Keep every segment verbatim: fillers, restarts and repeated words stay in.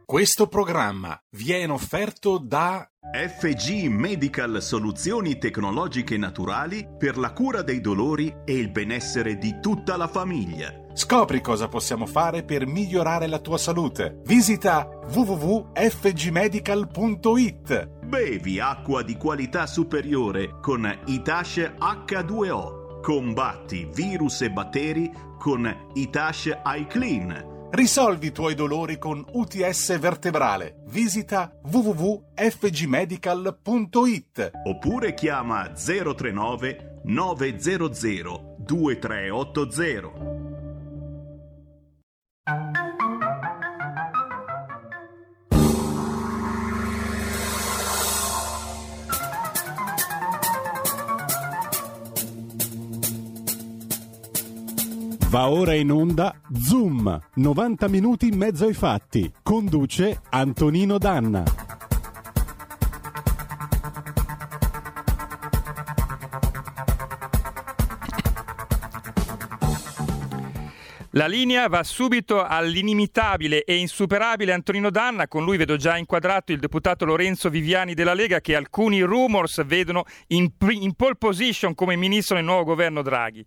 Questo programma viene offerto da F G Medical Soluzioni tecnologiche naturali per la cura dei dolori e il benessere di tutta la famiglia. Scopri cosa possiamo fare per migliorare la tua salute. Visita w w w punto f g medical punto i t. Bevi acqua di qualità superiore con Itash H due O. Combatti virus e batteri con Itash iClean. Risolvi i tuoi dolori con U T S vertebrale. Visita w w w punto f g medical punto i t oppure chiama zero tre nove nove zero zero due tre otto zero. Va ora in onda Zoom, novanta minuti in mezzo ai fatti. Conduce Antonino Danna. La linea va subito all'inimitabile e insuperabile Antonino Danna. Con lui vedo già inquadrato il deputato Lorenzo Viviani della Lega, che alcuni rumors vedono in, in pole position come ministro nel nuovo governo Draghi.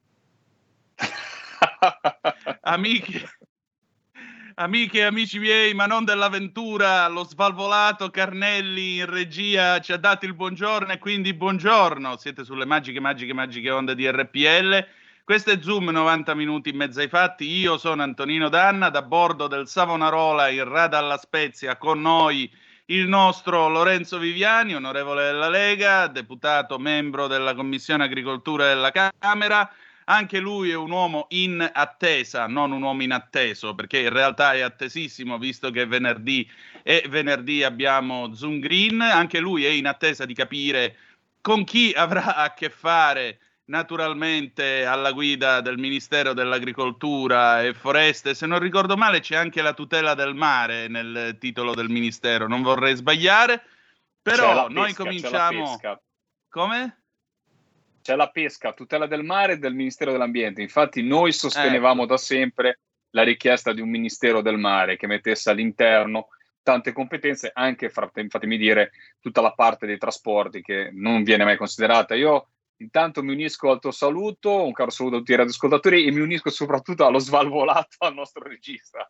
Amiche, amiche e amici miei, ma non dell'avventura, lo svalvolato Carnelli in regia ci ha dato il buongiorno, e quindi buongiorno, siete sulle magiche, magiche, magiche onde di R P L. Questo è Zoom, novanta minuti in mezzo ai fatti. Io sono Antonino Danna, da bordo del Savonarola in Rada alla Spezia, con noi il nostro Lorenzo Viviani, onorevole della Lega, deputato membro della Commissione Agricoltura della Camera. Anche lui è un uomo in attesa, non un uomo inatteso, perché in realtà è attesissimo, visto che è venerdì e venerdì abbiamo Zoom Green. Anche lui è in attesa di capire con chi avrà a che fare, naturalmente alla guida del Ministero dell'Agricoltura e Foreste. Se non ricordo male c'è anche la tutela del mare nel titolo del Ministero, non vorrei sbagliare, però pesca, noi cominciamo... Come? C'è la pesca, tutela del mare del Ministero dell'Ambiente. Infatti noi sostenevamo eh. da sempre la richiesta di un Ministero del Mare che mettesse all'interno tante competenze, anche, fatemi dire, tutta la parte dei trasporti che non viene mai considerata. Io intanto mi unisco al tuo saluto, un caro saluto a tutti i radioascoltatori, e mi unisco soprattutto allo svalvolato al nostro regista.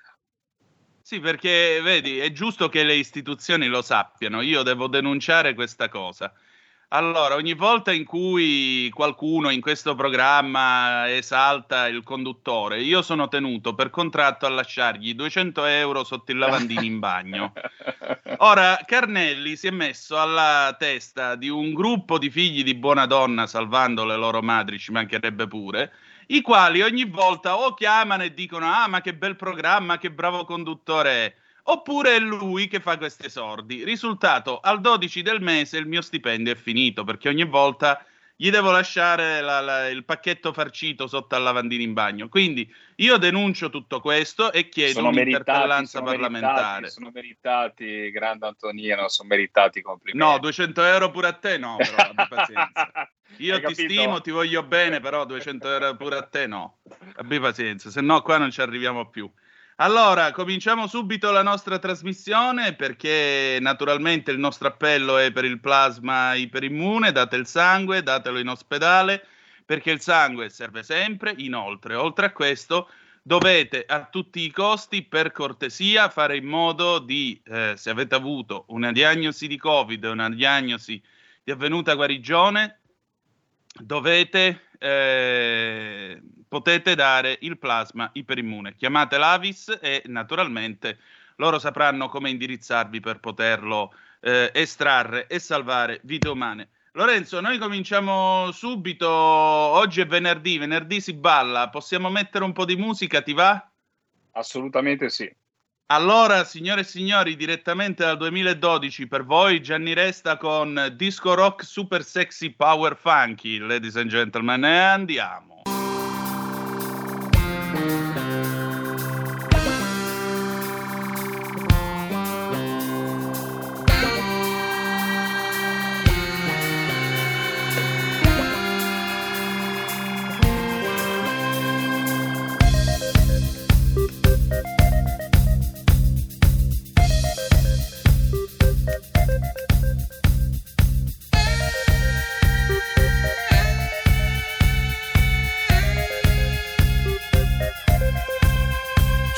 Sì, perché vedi, è giusto che le istituzioni lo sappiano. Io devo denunciare questa cosa. Allora, ogni volta in cui qualcuno in questo programma esalta il conduttore, io sono tenuto per contratto a lasciargli duecento euro sotto il lavandino in bagno. Ora, Carnelli si è messo alla testa di un gruppo di figli di buona donna, salvando le loro madri, ci mancherebbe pure, i quali ogni volta o chiamano e dicono «Ah, ma che bel programma, che bravo conduttore è!» Oppure è lui che fa questi esordi. Risultato, al dodici del mese il mio stipendio è finito, perché ogni volta gli devo lasciare la, la, il pacchetto farcito sotto al lavandino in bagno. Quindi io denuncio tutto questo e chiedo sono un'interpellanza meritati, sono parlamentare. Meritati, sono meritati, grande Antonino, sono meritati, complimenti. No, duecento euro pure a te no, però, abbi pazienza. Io Hai ti capito? Stimo, ti voglio bene, però duecento euro pure a te no. Abbi pazienza, se no qua non ci arriviamo più. Allora, cominciamo subito la nostra trasmissione, perché naturalmente il nostro appello è per il plasma iperimmune. Date il sangue, datelo in ospedale, perché il sangue serve sempre. Inoltre, oltre a questo, dovete a tutti i costi, per cortesia, fare in modo di, eh, se avete avuto una diagnosi di Covid, una diagnosi di avvenuta guarigione, dovete... Eh, potete dare il plasma iperimmune. Chiamate l'Avis e naturalmente loro sapranno come indirizzarvi per poterlo eh, estrarre e salvare vite umane. Lorenzo, noi cominciamo subito. Oggi è venerdì, venerdì si balla. Possiamo mettere un po' di musica, ti va? Assolutamente sì. Allora, signore e signori, direttamente dal duemiladodici per voi Gianni Resta con Disco Rock Super Sexy Power Funky, ladies and gentlemen, e andiamo.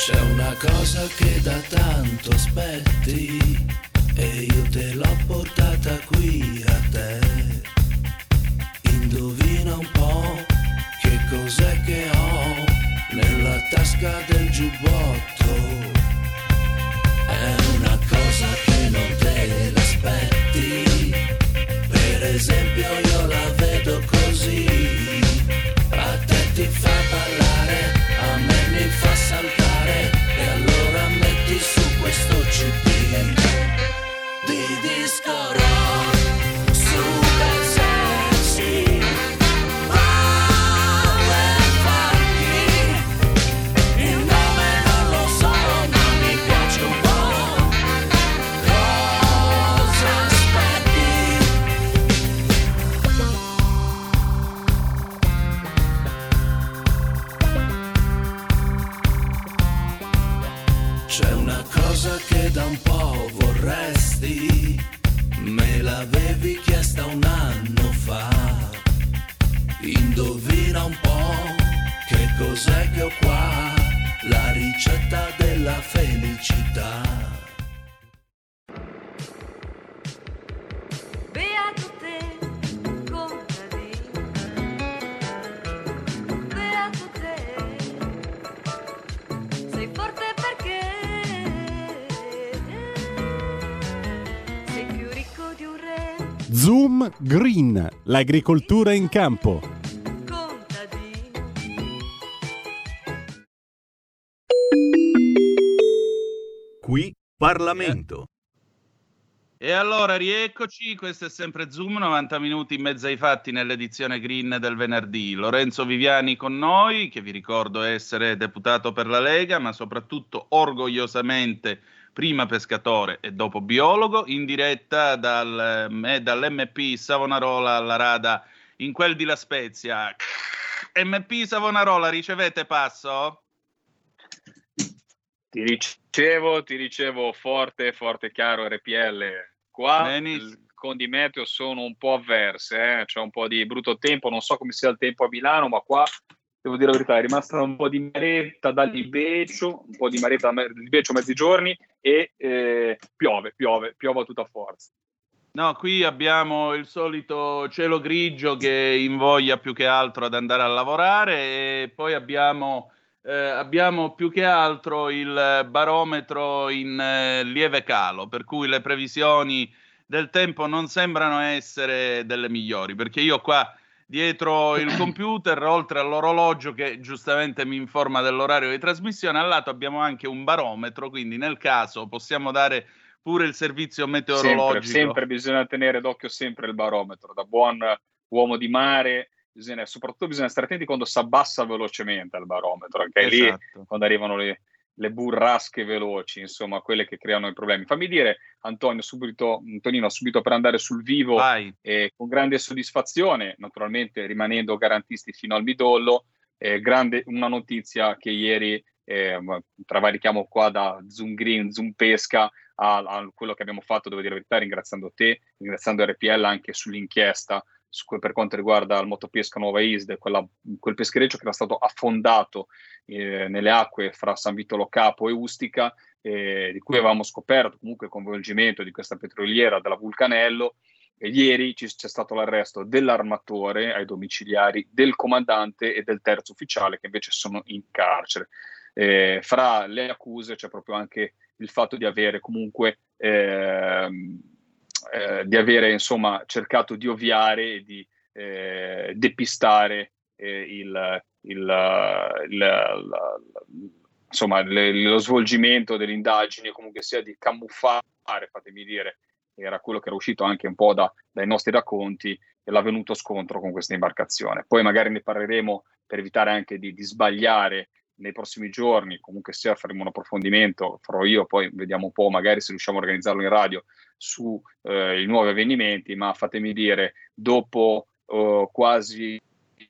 C'è una cosa che da tanto aspetti e io te l'ho portata qui a te. Indovina un po' che cos'è che ho nella tasca del giubbotto. È una cosa che non te l'aspetti. Per esempio io la vedo così. A te ti fa ballare, a me mi fa saltare. E allora metti su questo C D di disco rock super sexy, wow e funky. Il nome non lo so ma mi piace un po'. Cosa aspetti? C'è una cosa che da un po' vorresti, me l'avevi chiesta un anno fa. Indovina un po' che cos'è che ho qua, la ricetta della felicità. Beato te, contadino, beato te, sei forte perché sei più ricco di un re. Zoom Green, l'agricoltura in campo. Contadino, Qui Parlamento. E allora rieccoci, questo è sempre Zoom, novanta minuti in mezzo ai fatti nell'edizione green del venerdì. Lorenzo Viviani con noi, che vi ricordo essere deputato per la Lega, ma soprattutto orgogliosamente prima pescatore e dopo biologo, in diretta dal, eh, dall'M P Savonarola alla Rada in quel di La Spezia. M P Savonarola, ricevete passo? Ti ricevo, ti ricevo forte, forte, chiaro, R P L. Qua Benissimo. il- con di meteo sono un po' avverse, eh? C'è un po' di brutto tempo, non so come sia il tempo a Milano, ma qua, devo dire la verità, è rimasta un po' di maretta da Libeccio, un po' di maretta da Libeccio mezzi giorni e eh, piove, piove, piove a tutta forza. No, qui abbiamo il solito cielo grigio che invoglia più che altro ad andare a lavorare e poi abbiamo, eh, abbiamo più che altro il barometro in eh, lieve calo, per cui le previsioni del tempo non sembrano essere delle migliori, perché io qua dietro il computer, oltre all'orologio che giustamente mi informa dell'orario di trasmissione, al lato abbiamo anche un barometro, quindi nel caso possiamo dare pure il servizio meteorologico. Sempre, sempre bisogna tenere d'occhio sempre il barometro, da buon uomo di mare, bisogna, soprattutto bisogna stare attenti quando si abbassa velocemente il barometro, anche lì Esatto. quando arrivano le, le burrasche veloci, insomma, quelle che creano i problemi. Fammi dire, Antonio, subito, Antonino, subito per andare sul vivo, Vai. eh, con grande soddisfazione, naturalmente rimanendo garantisti fino al midollo, eh, grande, una notizia che ieri, eh, travalichiamo qua da Zoom Green, Zoom Pesca, a, a quello che abbiamo fatto, devo dire la verità, ringraziando te, ringraziando R P L anche sull'inchiesta su que- per quanto riguarda il motopesca Nuova Isde, quella, quel peschereccio che era stato affondato eh, nelle acque fra San Vito Lo Capo e Ustica, eh, di cui avevamo scoperto comunque il coinvolgimento di questa petroliera della Vulcanello. E ieri ci, c'è stato l'arresto dell'armatore ai domiciliari, del comandante e del terzo ufficiale che invece sono in carcere. Eh, fra le accuse c'è proprio anche il fatto di avere comunque ehm, eh, di avere insomma cercato di ovviare e di eh, depistare eh, il, il, il, il, il insomma le, lo svolgimento delle indagini, o comunque sia di camuffare, fatemi dire, era quello che era uscito anche un po' da, dai nostri racconti, e l'avvenuto scontro con questa imbarcazione. Poi magari ne parleremo per evitare anche di, di sbagliare nei prossimi giorni, comunque sia faremo un approfondimento, farò io, poi vediamo un po' magari se riusciamo a organizzarlo in radio su eh, i nuovi avvenimenti, ma fatemi dire, dopo eh, quasi,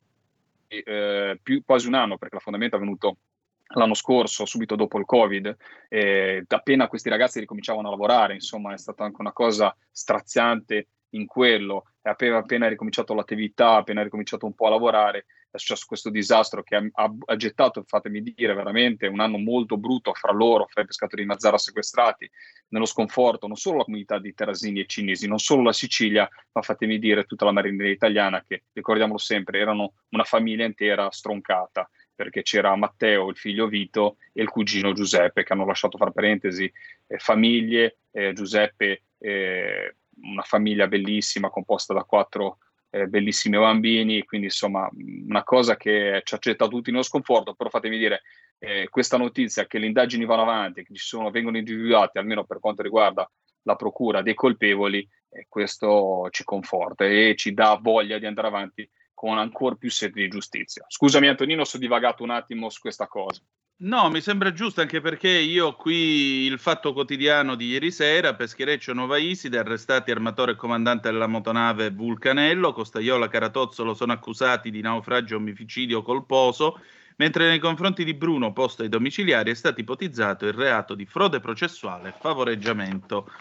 eh, più, quasi un anno, perché l'affondamento è avvenuto l'anno scorso, subito dopo il Covid, eh, appena questi ragazzi ricominciavano a lavorare, insomma è stata anche una cosa straziante in quello, e appena, appena ricominciato l'attività, appena ricominciato un po' a lavorare, è successo questo disastro che ha, ha, ha gettato, fatemi dire, veramente un anno molto brutto fra loro, fra i pescatori di Mazara sequestrati, nello sconforto non solo la comunità di terrasini e cinesi, non solo la Sicilia, ma fatemi dire tutta la marineria italiana, che ricordiamolo sempre, erano una famiglia intera stroncata, perché c'era Matteo, il figlio Vito, e il cugino Giuseppe, che hanno lasciato, fra parentesi, eh, famiglie, eh, Giuseppe, eh, una famiglia bellissima composta da quattro Eh, bellissimi bambini, quindi insomma una cosa che ci ha gettato tutti nello sconforto. Però fatemi dire, eh, questa notizia che le indagini vanno avanti, che ci sono, vengono individuati, almeno per quanto riguarda la procura, dei colpevoli, eh, questo ci conforta e ci dà voglia di andare avanti con ancora più sete di giustizia. Scusami Antonino, ho divagato un attimo su questa cosa. No, mi sembra giusto, anche perché io qui il Fatto Quotidiano di ieri sera, Peschereccio Nuova Iside, arrestati armatore e comandante della motonave Vulcanello, Costaiola Caratozzolo sono accusati di naufragio e omicidio colposo, mentre nei confronti di Bruno, posto ai domiciliari, è stato ipotizzato il reato di frode processuale e favoreggiamento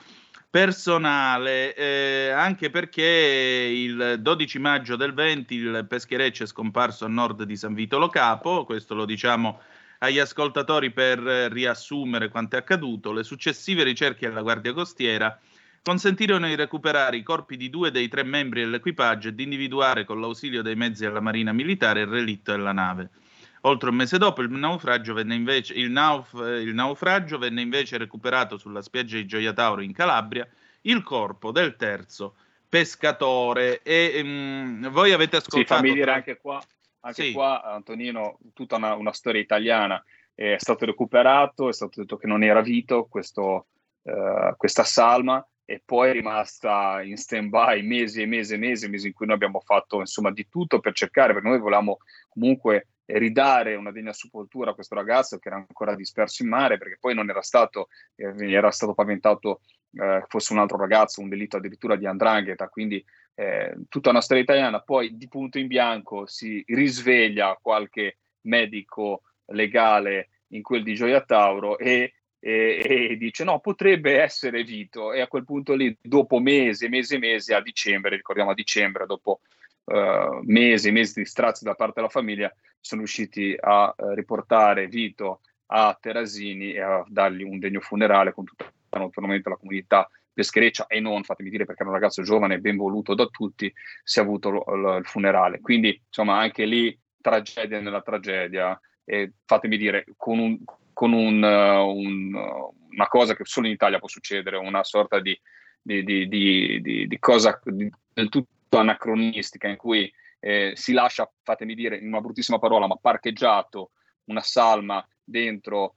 personale, eh, anche perché il dodici maggio del venti il Peschereccio è scomparso a nord di San Vito Lo Capo, questo lo diciamo agli ascoltatori per riassumere quanto è accaduto. Le successive ricerche alla Guardia Costiera consentirono di recuperare i corpi di due dei tre membri dell'equipaggio e di individuare con l'ausilio dei mezzi della Marina Militare il relitto della nave. Oltre un mese dopo il naufragio venne invece, il nauf, il naufragio venne invece recuperato sulla spiaggia di Gioia Tauro in Calabria il corpo del terzo pescatore. E um, voi avete ascoltato... Sì, fammi dire anche qua... Anche sì. qua, Antonino, tutta una, una storia italiana. È stato recuperato, è stato detto che non era Vito, questo, eh, questa salma, e poi è rimasta in stand-by mesi e mesi e mesi, mesi in cui noi abbiamo fatto insomma di tutto per cercare, perché noi volevamo comunque ridare una degna sepoltura a questo ragazzo che era ancora disperso in mare, perché poi non era stato, eh, era stato paventato eh, fosse un altro ragazzo, un delitto addirittura di 'ndrangheta, quindi Eh, tutta una storia italiana. Poi di punto in bianco si risveglia qualche medico legale in quel di Gioia Tauro e, e, e dice no, potrebbe essere Vito, e a quel punto lì, dopo mesi, mesi e mesi, a dicembre, ricordiamo a dicembre, dopo uh, mesi e mesi di strazi da parte della famiglia, sono riusciti a uh, riportare Vito a Terrasini e a dargli un degno funerale con tutta naturalmente la comunità peschereccia, e non, fatemi dire, perché era un ragazzo giovane ben voluto da tutti, si è avuto lo, lo, il funerale. Quindi insomma anche lì tragedia nella tragedia, e fatemi dire con, un, con un, uh, un, uh, una cosa che solo in Italia può succedere, una sorta di, di, di, di, di, di cosa di, del tutto anacronistica, in cui eh, si lascia, fatemi dire in una bruttissima parola, ma parcheggiato una salma dentro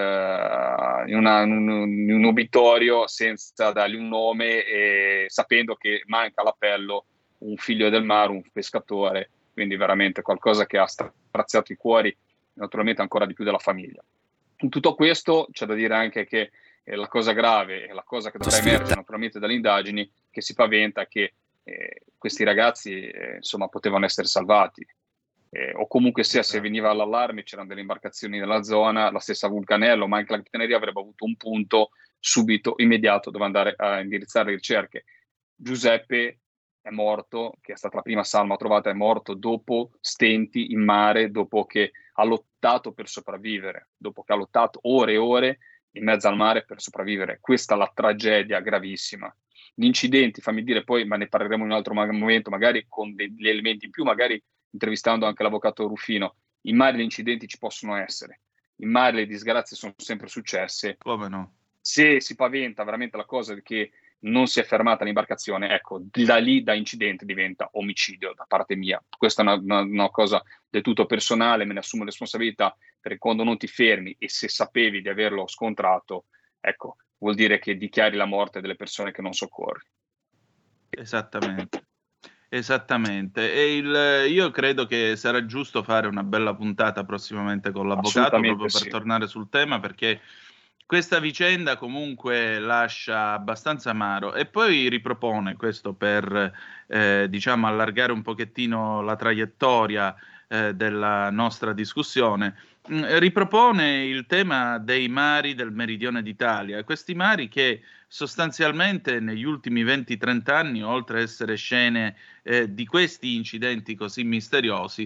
Uh, in, una, in, un, in un obitorio senza dargli un nome, e sapendo che manca all'appello un figlio del mare, un pescatore, quindi veramente qualcosa che ha straziato i cuori naturalmente ancora di più della famiglia. In tutto questo c'è da dire anche che eh, la cosa grave e la cosa che dovrà emergere naturalmente dalle indagini, che si paventa che eh, questi ragazzi eh, insomma potevano essere salvati. Eh, o comunque sia, se veniva all'allarme c'erano delle imbarcazioni nella zona, la stessa Vulcanello, ma anche la Capitaneria avrebbe avuto un punto subito, immediato, dove andare a indirizzare le ricerche. Giuseppe è morto, che è stata la prima salma trovata, è morto dopo stenti in mare, dopo che ha lottato per sopravvivere, dopo che ha lottato ore e ore in mezzo al mare per sopravvivere. Questa è la tragedia gravissima. Gli incidenti, fammi dire poi, ma ne parleremo in un altro momento, magari con degli elementi in più, magari intervistando anche l'avvocato Ruffino. In mare gli incidenti ci possono essere, in mare le disgrazie sono sempre successe. Come no? Se si paventa veramente la cosa che non si è fermata l'imbarcazione, ecco, da lì da incidente diventa omicidio da parte mia. Questa è una, una, una cosa del tutto personale, me ne assumo responsabilità, perché quando non ti fermi e se sapevi di averlo scontrato, ecco, vuol dire che dichiari la morte delle persone che non soccorri. Esattamente. Esattamente, e il, io credo che sarà giusto fare una bella puntata prossimamente con l'avvocato proprio per sì. tornare sul tema, perché questa vicenda comunque lascia abbastanza amaro, e poi ripropone questo per eh, diciamo allargare un pochettino la traiettoria eh, della nostra discussione. Mh, ripropone il tema dei mari del meridione d'Italia, questi mari che sostanzialmente negli ultimi venti trenta anni, oltre a essere scene eh, di questi incidenti così misteriosi,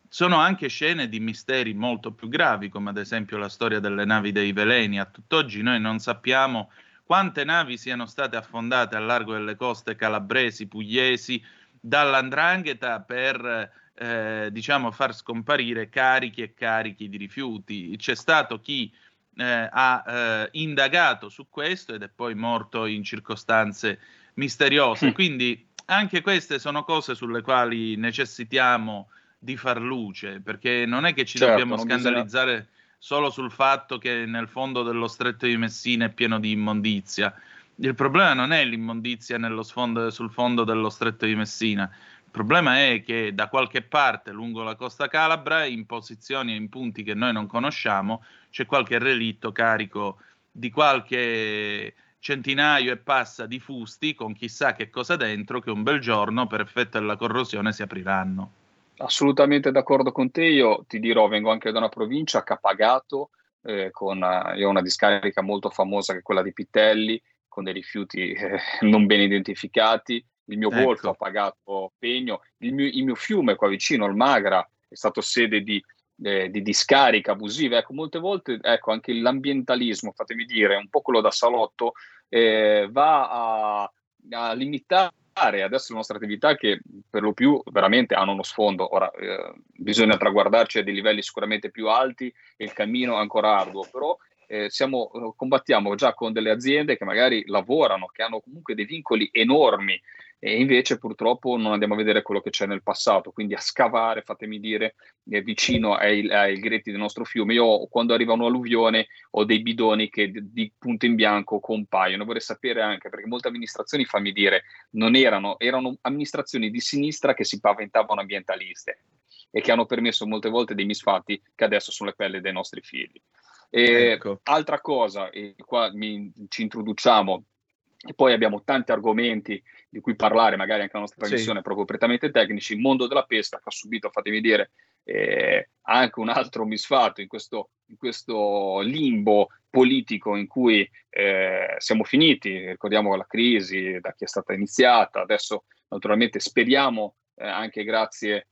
sono anche scene di misteri molto più gravi, come ad esempio la storia delle navi dei veleni. A tutt'oggi noi non sappiamo quante navi siano state affondate al largo delle coste calabresi, pugliesi, dall'Andrangheta per eh, diciamo far scomparire carichi e carichi di rifiuti. C'è stato chi eh, ha eh, indagato su questo ed è poi morto in circostanze misteriose. Quindi anche queste sono cose sulle quali necessitiamo di far luce, perché non è che ci Certo, dobbiamo non scandalizzare bisogna... solo sul fatto che nel fondo dello Stretto di Messina è pieno di immondizia. Il problema non è l'immondizia nello sfondo, sul fondo dello Stretto di Messina. Il problema è che da qualche parte lungo la costa calabra, in posizioni e in punti che noi non conosciamo, c'è qualche relitto carico di qualche centinaio e passa di fusti con chissà che cosa dentro, che un bel giorno per effetto della corrosione si apriranno. Assolutamente d'accordo con te. Io ti dirò, vengo anche da una provincia che ha pagato eh, con uh, io ho una discarica molto famosa che è quella di Pitelli, con dei rifiuti eh, non ben identificati. Il mio Ecco. golfo ha pagato pegno, il mio, il mio fiume qua vicino, il Magra, è stato sede di, eh, di discarica abusiva. Ecco, molte volte ecco, anche l'ambientalismo, fatemi dire, un po' quello da salotto, eh, va a, a limitare adesso le nostre attività che per lo più veramente hanno uno sfondo. Ora eh, bisogna traguardarci a dei livelli sicuramente più alti e il cammino è ancora arduo, però eh, siamo, combattiamo già con delle aziende che magari lavorano, che hanno comunque dei vincoli enormi, e invece purtroppo non andiamo a vedere quello che c'è nel passato, quindi a scavare, fatemi dire, eh, vicino ai, ai gretti del nostro fiume. Io quando arriva un'alluvione ho dei bidoni che di, di punto in bianco compaiono. Vorrei sapere anche, perché molte amministrazioni, fammi dire, non erano, erano amministrazioni di sinistra che si paventavano ambientaliste e che hanno permesso molte volte dei misfatti che adesso sono le pelle dei nostri figli. E Ecco. Altra cosa, e qua mi, ci introduciamo, e poi abbiamo tanti argomenti di cui parlare, magari anche la nostra trasmissione, Sì. proprio prettamente tecnici. Il mondo della pesca che ha subito, fatemi dire, eh, anche un altro misfatto in questo, in questo limbo politico in cui eh, siamo finiti. Ricordiamo la crisi, da chi è stata iniziata, adesso naturalmente speriamo, eh, anche grazie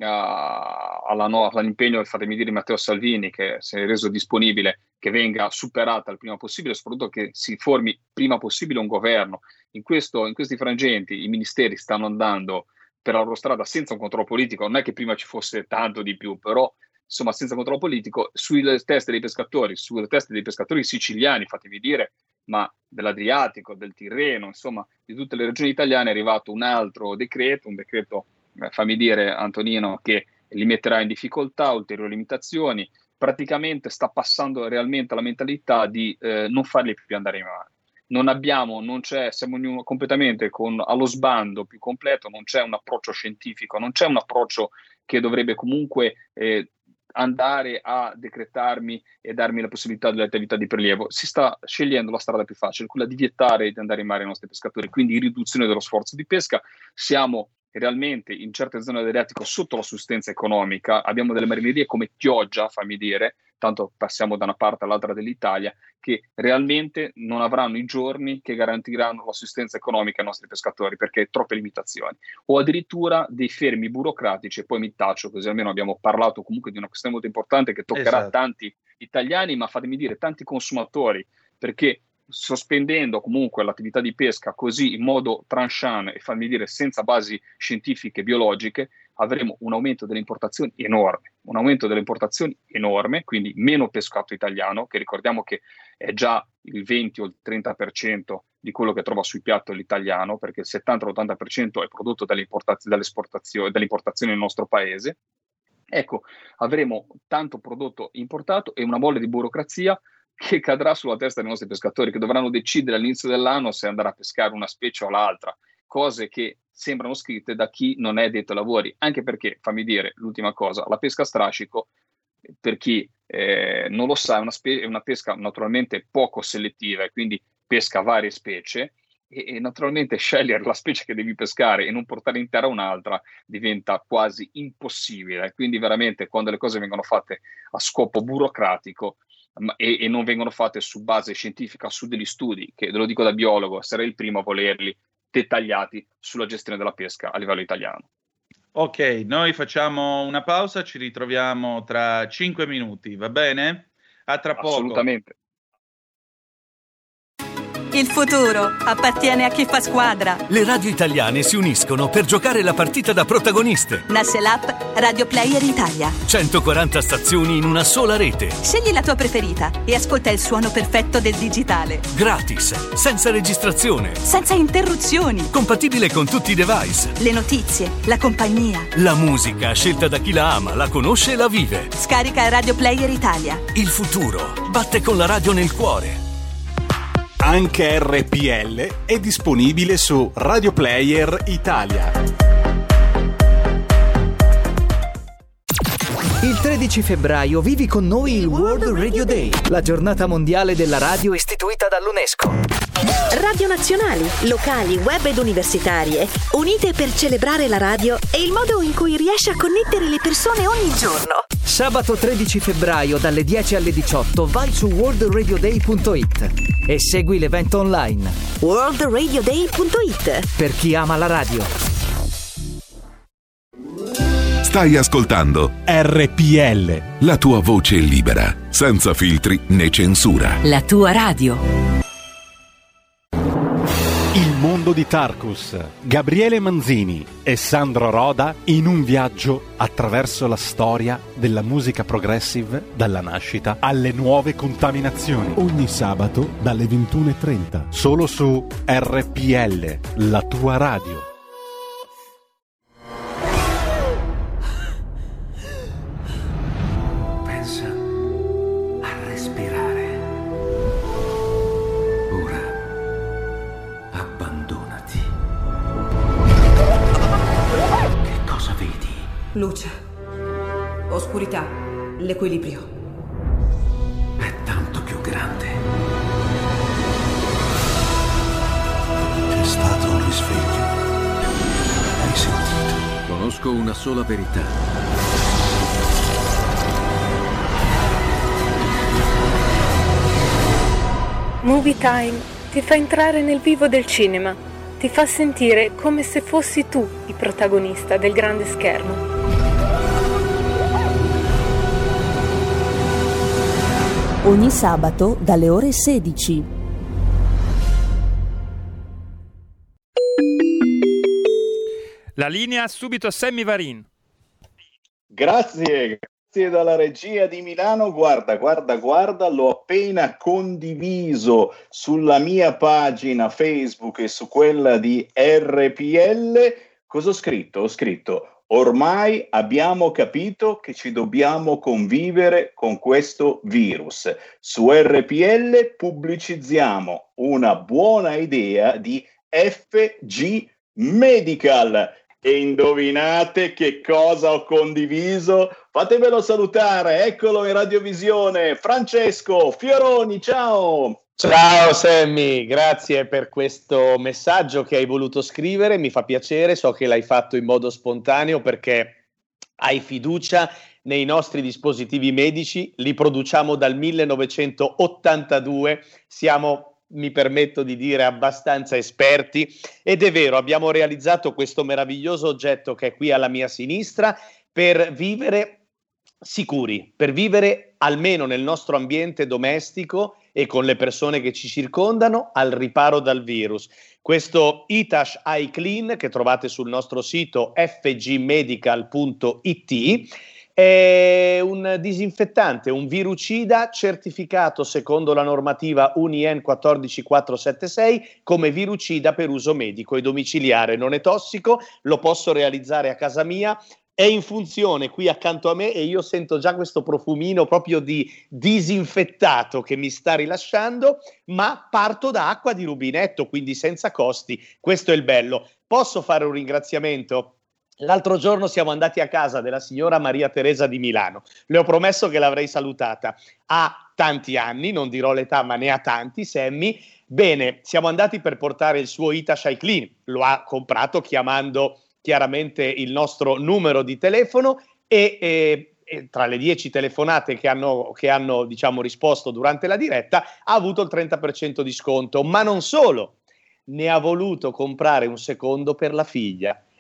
a, alla no, all'impegno, fatemi dire, di Matteo Salvini, che si è reso disponibile, che venga superata il prima possibile, soprattutto che si formi prima possibile un governo. In, questo, in questi frangenti i ministeri stanno andando per la loro strada senza un controllo politico. Non è che prima ci fosse tanto di più, però insomma senza controllo politico, sulle teste dei pescatori, sulle teste dei pescatori siciliani, fatemi dire, ma dell'Adriatico, del Tirreno, insomma di tutte le regioni italiane è arrivato un altro decreto, un decreto, eh, fammi dire Antonino, che li metterà in difficoltà, ulteriori limitazioni. Praticamente sta passando realmente alla mentalità di eh, non farli più andare in mare. Non abbiamo, non c'è, siamo ognuno completamente con, allo sbando più completo, non c'è un approccio scientifico, non c'è un approccio che dovrebbe comunque eh, andare a decretarmi e darmi la possibilità delle attività di prelievo. Si sta scegliendo la strada più facile, quella di vietare di andare in mare ai nostri pescatori, quindi riduzione dello sforzo di pesca. Siamo realmente in certe zone dell'Adriatico sotto la sussistenza economica, abbiamo delle marinerie come Chioggia, fammi dire, tanto passiamo da una parte all'altra dell'Italia, che realmente non avranno i giorni che garantiranno l'assistenza economica ai nostri pescatori, perché troppe limitazioni, o addirittura dei fermi burocratici. E poi mi taccio, così almeno abbiamo parlato comunque di una questione molto importante che toccherà Esatto. tanti italiani, ma fatemi dire tanti consumatori, perché sospendendo comunque l'attività di pesca così in modo tranchant e fammi dire senza basi scientifiche e biologiche, avremo un aumento delle importazioni enorme, un aumento delle importazioni enorme, quindi meno pescato italiano, che ricordiamo che è già il venti o il trenta per cento di quello che trova sui piatti l'italiano, perché il settanta ottanta per cento è prodotto dalle importazioni, dalle esportazioni, dalle importazioni nel nostro paese. Ecco, avremo tanto prodotto importato e una bolla di burocrazia che cadrà sulla testa dei nostri pescatori, che dovranno decidere all'inizio dell'anno se andare a pescare una specie o l'altra, cose che sembrano scritte da chi non è addetto ai lavori, anche perché, fammi dire l'ultima cosa, la pesca a strascico, per chi eh, non lo sa, è una, spe- è una pesca naturalmente poco selettiva, e quindi pesca varie specie, e, e naturalmente scegliere la specie che devi pescare e non portare in terra un'altra diventa quasi impossibile. Quindi veramente quando le cose vengono fatte a scopo burocratico e, e non vengono fatte su base scientifica, su degli studi, che ve lo dico da biologo, sarei il primo a volerli dettagliati sulla gestione della pesca a livello italiano. Ok, noi facciamo una pausa, ci ritroviamo tra cinque minuti, va bene? A tra poco. Assolutamente. Il futuro appartiene a chi fa squadra. Le radio italiane si uniscono per giocare la partita da protagoniste. Nasce l'app Radio Player Italia. centoquaranta stazioni in una sola rete. Scegli la tua preferita e ascolta il suono perfetto del digitale. Gratis, senza registrazione. Senza interruzioni. Compatibile con tutti i device. Le notizie, la compagnia. La musica scelta da chi la ama, la conosce e la vive. Scarica Radio Player Italia. Il futuro batte con la radio nel cuore. Anche R P L è disponibile su Radio Player Italia. Il tredici febbraio vivi con noi il World Radio Day, la giornata mondiale della radio istituita dall'UNESCO. Radio nazionali, locali, web ed universitarie, unite per celebrare la radio e il modo in cui riesce a connettere le persone ogni giorno. Sabato tredici febbraio dalle dieci alle diciotto vai su world radio day punto it e segui l'evento online. world radio day punto it Per chi ama la radio. Stai ascoltando R P L, la tua voce libera, senza filtri né censura. La tua radio. Il mondo di Tarkus, Gabriele Manzini e Sandro Roda in un viaggio attraverso la storia della musica progressive dalla nascita alle nuove contaminazioni. Ogni sabato dalle ventuno e trenta. Solo su R P L, la tua radio. Pensa a respirare. Ora abbandonati. Che cosa vedi? Luce, oscurità, l'equilibrio. È tanto più grande. C'è stato un risveglio. Hai sentito? Conosco una sola verità. Movie Time ti fa entrare nel vivo del cinema, ti fa sentire come se fossi tu il protagonista del grande schermo. Ogni sabato dalle ore sedici. La linea subito a Sammy Varin. Grazie, grazie dalla regia di Milano. Guarda, guarda, guarda, l'ho appena condiviso sulla mia pagina Facebook e su quella di R P L. Cosa ho scritto? Ho scritto: ormai abbiamo capito che ci dobbiamo convivere con questo virus. Su R P L pubblicizziamo una buona idea di F G Medical. E indovinate che cosa ho condiviso? Fatemelo salutare, eccolo in radiovisione, Francesco Fioroni, ciao! Ciao Sammy, grazie per questo messaggio che hai voluto scrivere, mi fa piacere, so che l'hai fatto in modo spontaneo perché hai fiducia nei nostri dispositivi medici, li produciamo dal millenovecentottantadue, siamo, mi permetto di dire, abbastanza esperti ed è vero, abbiamo realizzato questo meraviglioso oggetto che è qui alla mia sinistra per vivere sicuri, per vivere almeno nel nostro ambiente domestico e con le persone che ci circondano al riparo dal virus. Questo Itash iClean che trovate sul nostro sito f g medical punto i t è un disinfettante, un virucida certificato secondo la normativa U N I N uno quattro quattro sette sei come virucida per uso medico e domiciliare. Non è tossico, lo posso realizzare a casa mia, è in funzione qui accanto a me e io sento già questo profumino proprio di disinfettato che mi sta rilasciando, ma parto da acqua di rubinetto, quindi senza costi. Questo è il bello. Posso fare un ringraziamento? L'altro giorno siamo andati a casa della signora Maria Teresa di Milano, le ho promesso che l'avrei salutata, ha tanti anni, non dirò l'età ma ne ha tanti, Sammy. Bene, siamo andati per portare il suo Itash iClean, lo ha comprato chiamando chiaramente il nostro numero di telefono e, e, e tra le dieci telefonate che hanno, che hanno diciamo risposto durante la diretta ha avuto il trenta per cento di sconto, ma non solo, ne ha voluto comprare un secondo per la figlia.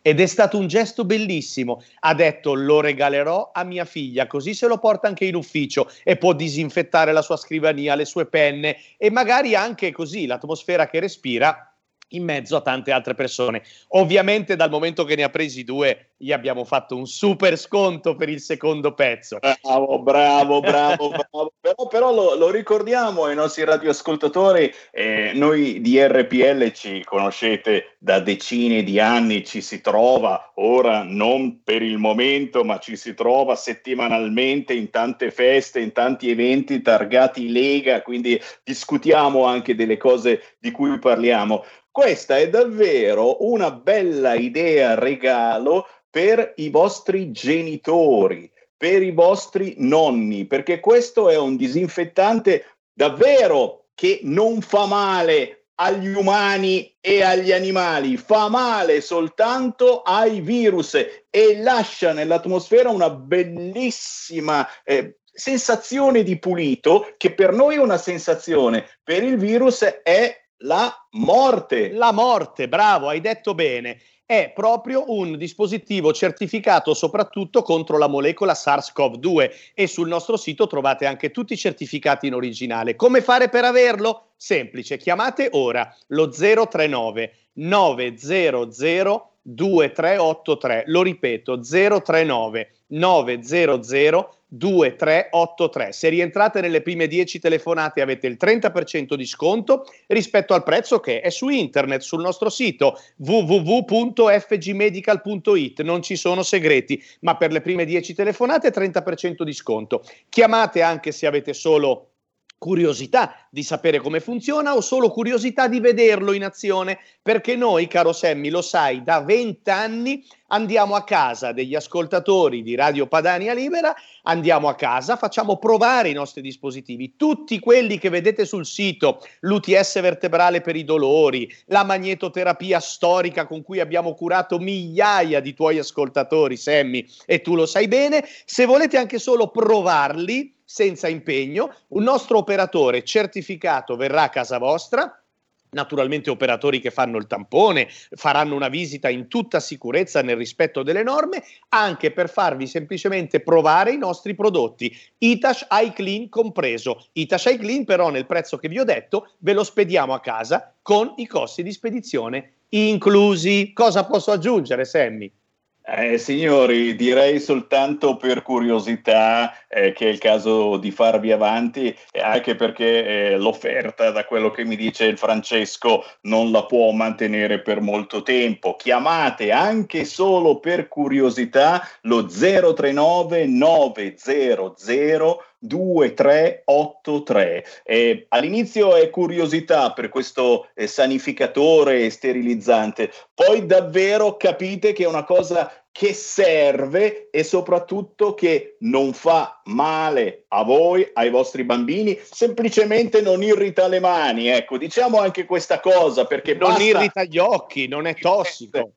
ed è stato un gesto bellissimo. Ha detto: lo regalerò a mia figlia, così se lo porta anche in ufficio e può disinfettare la sua scrivania, le sue penne e magari anche così l'atmosfera che respira in mezzo a tante altre persone. Ovviamente dal momento che ne ha presi due gli abbiamo fatto un super sconto per il secondo pezzo. Bravo, bravo, bravo, bravo. Però, però lo, lo ricordiamo ai nostri radioascoltatori, eh, noi di R P L ci conoscete da decine di anni, ci si trova ora non per il momento, ma ci si trova settimanalmente in tante feste, in tanti eventi targati Lega, quindi discutiamo anche delle cose di cui parliamo. Questa è davvero una bella idea regalo per i vostri genitori, per i vostri nonni, perché questo è un disinfettante davvero che non fa male agli umani e agli animali, fa male soltanto ai virus e lascia nell'atmosfera una bellissima eh, sensazione di pulito, che per noi è una sensazione, per il virus è la morte. La morte, bravo, hai detto bene. È proprio un dispositivo certificato soprattutto contro la molecola SARS-CoV due e sul nostro sito trovate anche tutti i certificati in originale. Come fare per averlo? Semplice, chiamate ora lo zero tre nove nove zero zero due tre otto tre, lo ripeto zero tre nove nove zero zero due tre otto tre. Se rientrate nelle prime dieci telefonate avete il trenta per cento di sconto rispetto al prezzo che è su internet, sul nostro sito w w w punto f g medical punto i t. Non ci sono segreti, ma per le prime dieci telefonate trenta per cento di sconto. Chiamate anche se avete solo curiosità di sapere come funziona o solo curiosità di vederlo in azione, perché noi, caro Sammy, lo sai, da vent'anni andiamo a casa degli ascoltatori di Radio Padania Libera, andiamo a casa, facciamo provare i nostri dispositivi, tutti quelli che vedete sul sito, l'U T S vertebrale per i dolori, la magnetoterapia storica con cui abbiamo curato migliaia di tuoi ascoltatori, Sammy, e tu lo sai bene. Se volete anche solo provarli senza impegno, un nostro operatore certificato verrà a casa vostra. Naturalmente operatori che fanno il tampone faranno una visita in tutta sicurezza nel rispetto delle norme, anche per farvi semplicemente provare i nostri prodotti, Itash iClean compreso. Itash iClean però nel prezzo che vi ho detto ve lo spediamo a casa con i costi di spedizione inclusi. Cosa posso aggiungere, Sammy? Eh, signori, direi soltanto per curiosità eh, che è il caso di farvi avanti, eh, anche perché eh, l'offerta, da quello che mi dice il Francesco, non la può mantenere per molto tempo. Chiamate anche solo per curiosità lo zero tre nove nove zero zero due tre otto tre. Eh, all'inizio è curiosità per questo eh, sanificatore e sterilizzante, poi davvero capite che è una cosa che serve e soprattutto che non fa male a voi, ai vostri bambini, semplicemente non irrita le mani, ecco, diciamo anche questa cosa, perché non basta... irrita gli occhi, non è tossico.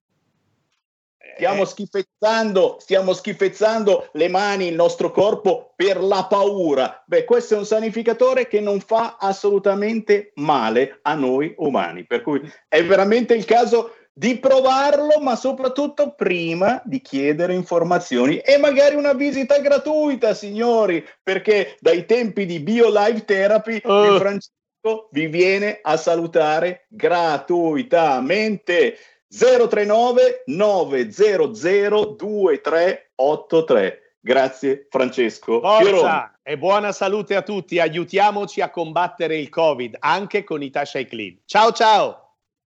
Stiamo schifezzando, stiamo schifezzando le mani, il nostro corpo per la paura. Beh, questo è un sanificatore che non fa assolutamente male a noi umani, per cui è veramente il caso di provarlo, ma soprattutto prima di chiedere informazioni e magari una visita gratuita, signori, perché dai tempi di BioLife Therapy uh. il Francesco vi viene a salutare gratuitamente. zero tre nove nove zero zero due tre otto tre. Grazie Francesco. Forza e buona salute a tutti. Aiutiamoci a combattere il Covid anche con Itash iClean. Ciao ciao.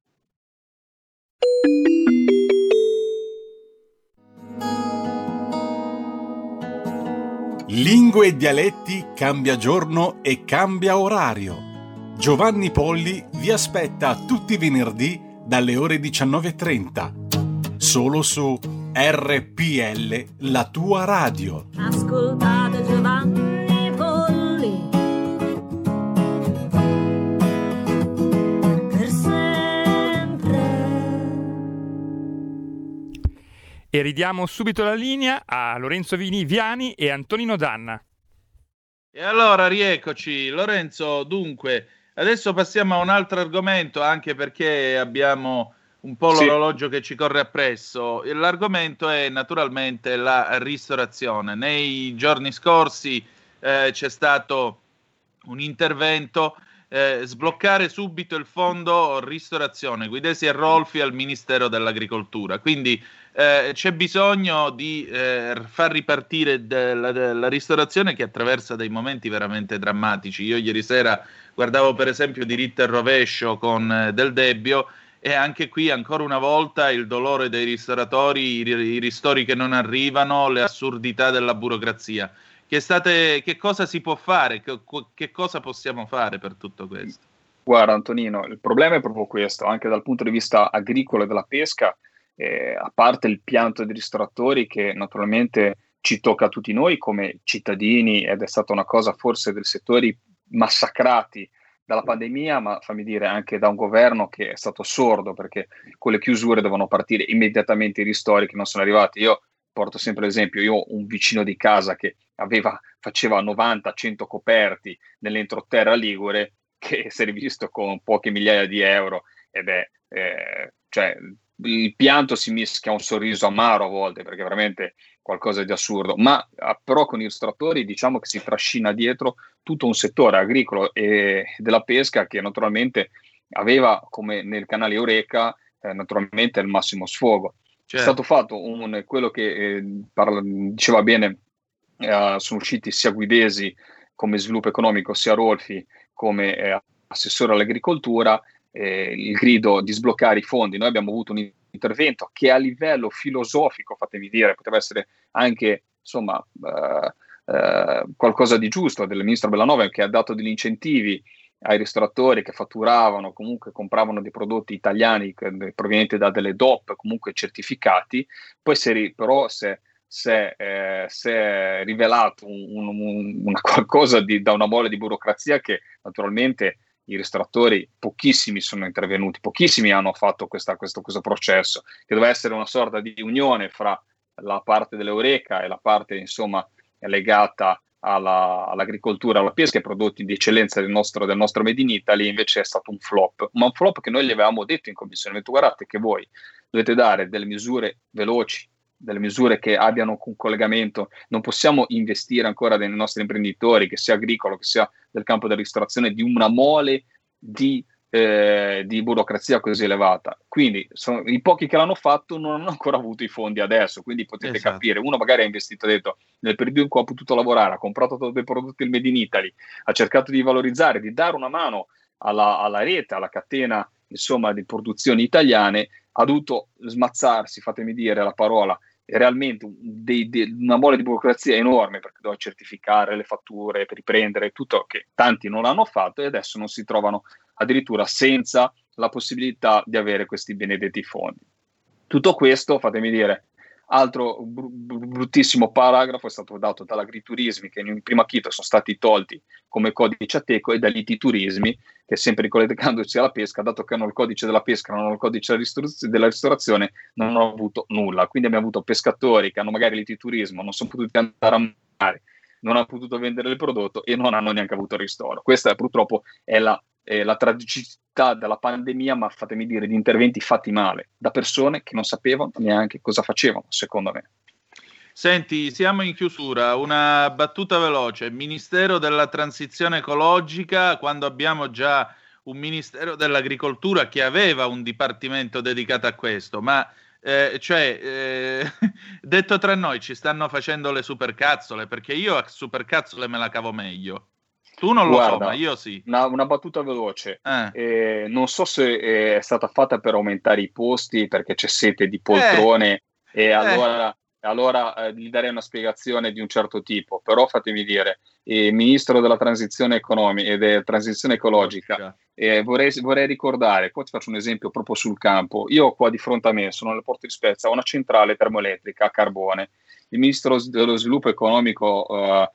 Lingue e dialetti cambia giorno e cambia orario. Giovanni Polli vi aspetta tutti i venerdì dalle ore diciannove e trenta, solo su R P L, la tua radio. Ascoltate Giovanni Polli per sempre. E ridiamo subito la linea a Lorenzo Viani e Antonino Danna. E allora rieccoci, Lorenzo. Dunque, adesso passiamo a un altro argomento, anche perché abbiamo un po' Sì. l'orologio che ci corre appresso. L'argomento è naturalmente la ristorazione. Nei giorni scorsi eh, c'è stato un intervento, eh, sbloccare subito il fondo ristorazione, Guidesi e Rolfi al Ministero dell'Agricoltura. Quindi eh, c'è bisogno di eh, far ripartire della, della ristorazione, che attraversa dei momenti veramente drammatici. Io ieri sera guardavo per esempio Diritto e Rovescio con eh, Del Debbio, e anche qui ancora una volta il dolore dei ristoratori, i, i ristori che non arrivano, le assurdità della burocrazia. Che, state, che cosa si può fare? Che, che cosa possiamo fare per tutto questo? Guarda Antonino, il problema è proprio questo, anche dal punto di vista agricolo e della pesca, eh, a parte il pianto dei ristoratori che naturalmente ci tocca a tutti noi come cittadini, ed è stata una cosa forse dei settori massacrati dalla pandemia, ma fammi dire anche da un governo che è stato sordo, perché con le chiusure devono partire immediatamente i ristori che non sono arrivati. Io porto sempre l'esempio, io ho un vicino di casa che aveva, faceva novanta cento coperti nell'entroterra ligure, che si è rivisto con poche migliaia di euro, ed è, eh, cioè, il pianto si mischia a un sorriso amaro a volte, perché veramente qualcosa di assurdo, ma però con i ristoratori diciamo che si trascina dietro tutto un settore agricolo e della pesca che naturalmente aveva, come nel canale Eureka, eh, naturalmente il massimo sfogo. Certo. È stato fatto un, quello che eh, parla, diceva bene, eh, sono usciti sia Guidesi come sviluppo economico, sia Rolfi come eh, assessore all'agricoltura, eh, il grido di sbloccare i fondi. Noi abbiamo avuto un intervento che a livello filosofico, fatemi dire, poteva essere anche insomma eh, eh, qualcosa di giusto del ministro Bellanova, che ha dato degli incentivi ai ristoratori che fatturavano, comunque compravano dei prodotti italiani che, provenienti da delle D O P, comunque certificati. Poi se, però se si è eh, rivelato un, un, una qualcosa di, da una mole di burocrazia che naturalmente i ristoratori, pochissimi sono intervenuti, pochissimi hanno fatto questa, questo, questo processo, che doveva essere una sorta di unione fra la parte dell'Eureka e la parte insomma legata alla, all'agricoltura, alla pesca e prodotti di eccellenza del nostro, del nostro Made in Italy. Invece è stato un flop, ma un flop che noi gli avevamo detto in commissione: guardate che voi dovete dare delle misure veloci, delle misure che abbiano un collegamento, non possiamo investire ancora nei nostri imprenditori, che sia agricolo, che sia del campo della ristorazione, di una mole di, eh, di burocrazia così elevata. Quindi sono, i pochi che l'hanno fatto non hanno ancora avuto i fondi adesso, quindi potete esatto. capire, uno magari ha investito, ha detto, nel periodo in cui ha potuto lavorare, ha comprato tutti i prodotti del Made in Italy, ha cercato di valorizzare, di dare una mano alla, alla rete, alla catena insomma di produzioni italiane, ha dovuto smazzarsi, fatemi dire la parola, realmente dei, dei, una mole di burocrazia enorme, perché doveva certificare le fatture per riprendere tutto, che tanti non l'hanno fatto, e adesso non si trovano addirittura senza la possibilità di avere questi benedetti fondi. Tutto questo, fatemi dire, altro br- bruttissimo paragrafo è stato dato dall'Agriturismi, che in prima chita sono stati tolti come codice Ateco, e dagli Titurismi, che sempre ricollegandosi alla pesca, dato che hanno il codice della pesca, non hanno il codice della, ristor- della ristorazione, non hanno avuto nulla. Quindi abbiamo avuto pescatori che hanno magari l'Ititurismo, non sono potuti andare a mare, non hanno potuto vendere il prodotto e non hanno neanche avuto ristoro. Questa è, purtroppo è la, è la tragicità della pandemia, ma fatemi dire, di interventi fatti male da persone che non sapevano neanche cosa facevano, secondo me. Senti, siamo in chiusura, una battuta veloce: Ministero della Transizione Ecologica, quando abbiamo già un Ministero dell'Agricoltura che aveva un dipartimento dedicato a questo, ma eh, cioè, eh, detto tra noi, ci stanno facendo le supercazzole, perché io a supercazzole me la cavo meglio. Tu non lo Guarda, so, ma io sì. Una, una battuta veloce. Eh. Eh, non so se è stata fatta per aumentare i posti, perché c'è sete di poltrone, eh. e allora... Eh. allora eh, gli darei una spiegazione di un certo tipo, però fatemi dire, il ministro della transizione economica e della transizione ecologica, eh, vorrei, vorrei ricordare, poi ti faccio un esempio proprio sul campo. Io qua di fronte a me, sono nel porto di Spezia, ho una centrale termoelettrica a carbone. Il ministro dello sviluppo economico uh,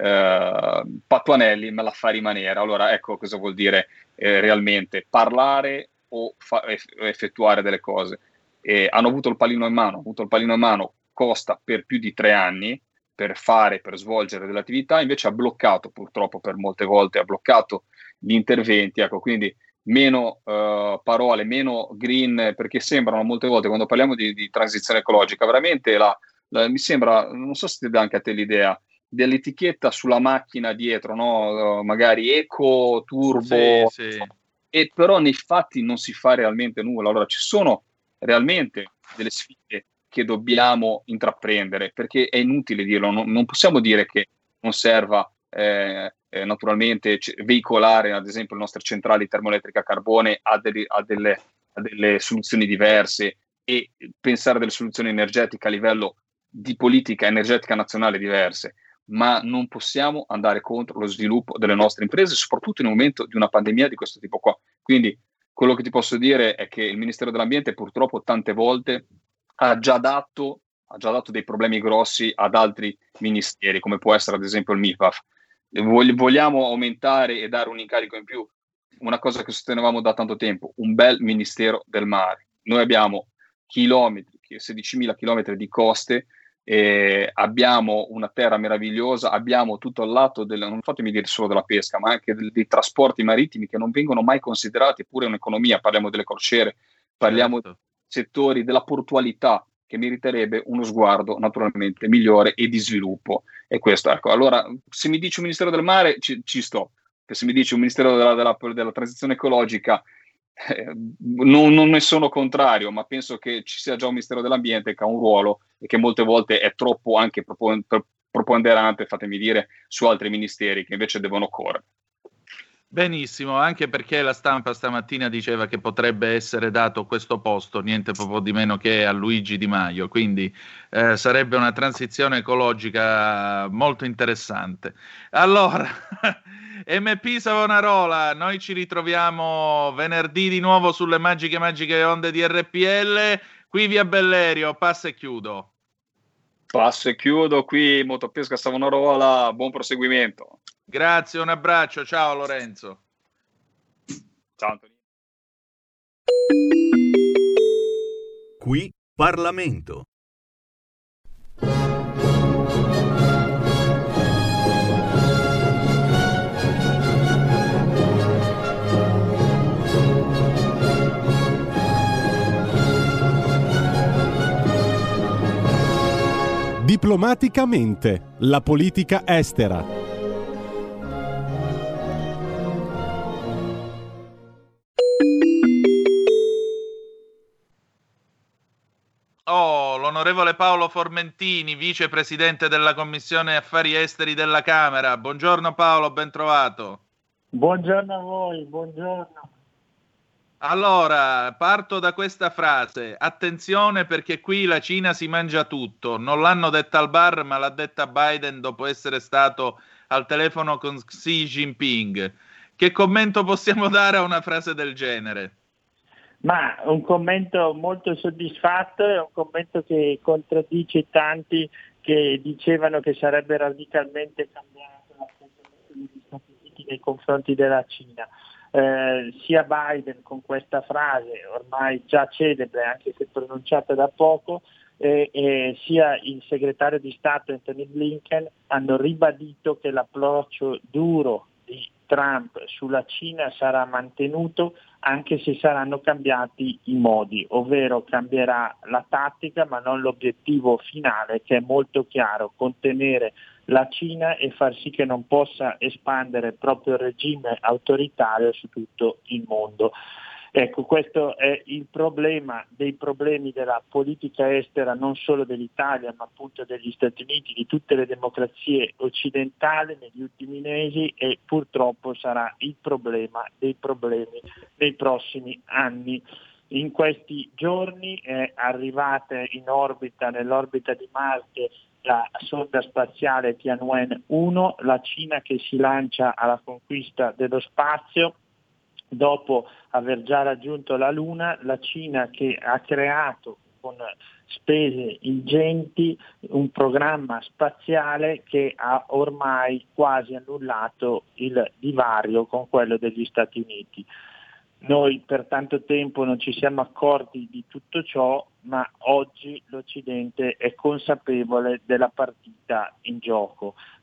uh, Patuanelli me la fa rimanere. Allora ecco cosa vuol dire eh, realmente parlare o fa- effettuare delle cose. Eh, hanno avuto il pallino in mano, hanno avuto il pallino in mano costa per più di tre anni per fare, per svolgere delle attività, invece ha bloccato, purtroppo per molte volte ha bloccato gli interventi. Ecco, quindi meno uh, parole, meno green, perché sembrano molte volte quando parliamo di, di transizione ecologica, veramente la, la, mi sembra, non so se ti dà anche a te l'idea, dell'etichetta sulla macchina dietro, no? Uh, magari eco, turbo, sì, sì. E però nei fatti non si fa realmente nulla. Allora ci sono realmente delle sfide che dobbiamo intraprendere, perché è inutile dirlo, non, non possiamo dire che non serva eh, eh, naturalmente c- veicolare ad esempio le nostre centrali termoelettriche a carbone a delle, a, delle, a delle soluzioni diverse e pensare a delle soluzioni energetiche a livello di politica energetica nazionale diverse, ma non possiamo andare contro lo sviluppo delle nostre imprese, soprattutto in un momento di una pandemia di questo tipo qua. Quindi quello che ti posso dire è che il Ministero dell'Ambiente purtroppo tante volte ha già dato, ha già dato dei problemi grossi ad altri ministeri, come può essere ad esempio il MIPAF. Vogliamo aumentare e dare un incarico in più, una cosa che sostenevamo da tanto tempo, un bel Ministero del Mare. Noi abbiamo chilometri, sedicimila chilometri di coste, eh, abbiamo una terra meravigliosa, abbiamo tutto il lato, del, non fatemi dire solo della pesca, ma anche del, dei trasporti marittimi che non vengono mai considerati, eppure un'economia, parliamo delle crociere, parliamo certo. di settori della portualità che meriterebbe uno sguardo naturalmente migliore e di sviluppo. E questo, ecco, allora se mi dici un Ministero del Mare ci, ci sto, che se mi dici un Ministero della, della, della transizione ecologica eh, non, non ne sono contrario, ma penso che ci sia già un Ministero dell'Ambiente che ha un ruolo e che molte volte è troppo anche preponderante, fatemi dire, su altri ministeri che invece devono correre. Benissimo, anche perché la stampa stamattina diceva che potrebbe essere dato questo posto, niente proprio di meno che a Luigi Di Maio, quindi eh, sarebbe una transizione ecologica molto interessante. Allora, M P Savonarola, noi ci ritroviamo venerdì di nuovo sulle magiche magiche onde di R P L, qui via Bellerio, passo e chiudo. Passo e chiudo, qui Motopesca Savonarola, buon proseguimento. Grazie, un abbraccio, ciao Lorenzo. Ciao Antonio. Qui Parlamento. Diplomaticamente, la politica estera. Oh, l'onorevole Paolo Formentini, vicepresidente della Commissione Affari Esteri della Camera. Buongiorno Paolo, ben trovato. Buongiorno a voi, buongiorno. Allora, parto da questa frase. Attenzione perché qui la Cina si mangia tutto. Non l'hanno detta al bar, ma l'ha detta Biden dopo essere stato al telefono con Xi Jinping. Che commento possiamo dare a una frase del genere? Ma un commento molto soddisfatto, è un commento che contraddice tanti che dicevano che sarebbe radicalmente cambiato l'atteggiamento degli Stati Uniti nei confronti della Cina. Eh, sia Biden con questa frase, ormai già celebre anche se pronunciata da poco, eh, eh, sia il segretario di Stato Anthony Blinken hanno ribadito che l'approccio duro di Trump sulla Cina sarà mantenuto anche se saranno cambiati i modi, ovvero cambierà la tattica ma non l'obiettivo finale, che è molto chiaro: contenere la Cina e far sì che non possa espandere il proprio regime autoritario su tutto il mondo. Ecco, questo è il problema dei problemi della politica estera non solo dell'Italia ma appunto degli Stati Uniti, di tutte le democrazie occidentali negli ultimi mesi, e purtroppo sarà il problema dei problemi dei prossimi anni. In questi giorni è arrivata in orbita, nell'orbita di Marte, la sonda spaziale Tianwen uno, la Cina che si lancia alla conquista dello spazio. Dopo aver già raggiunto la Luna, la Cina che ha creato con spese ingenti un programma spaziale che ha ormai quasi annullato il divario con quello degli Stati Uniti. Noi per tanto tempo non ci siamo accorti di tutto ciò, ma oggi l'Occidente è consapevole della partita in gioco.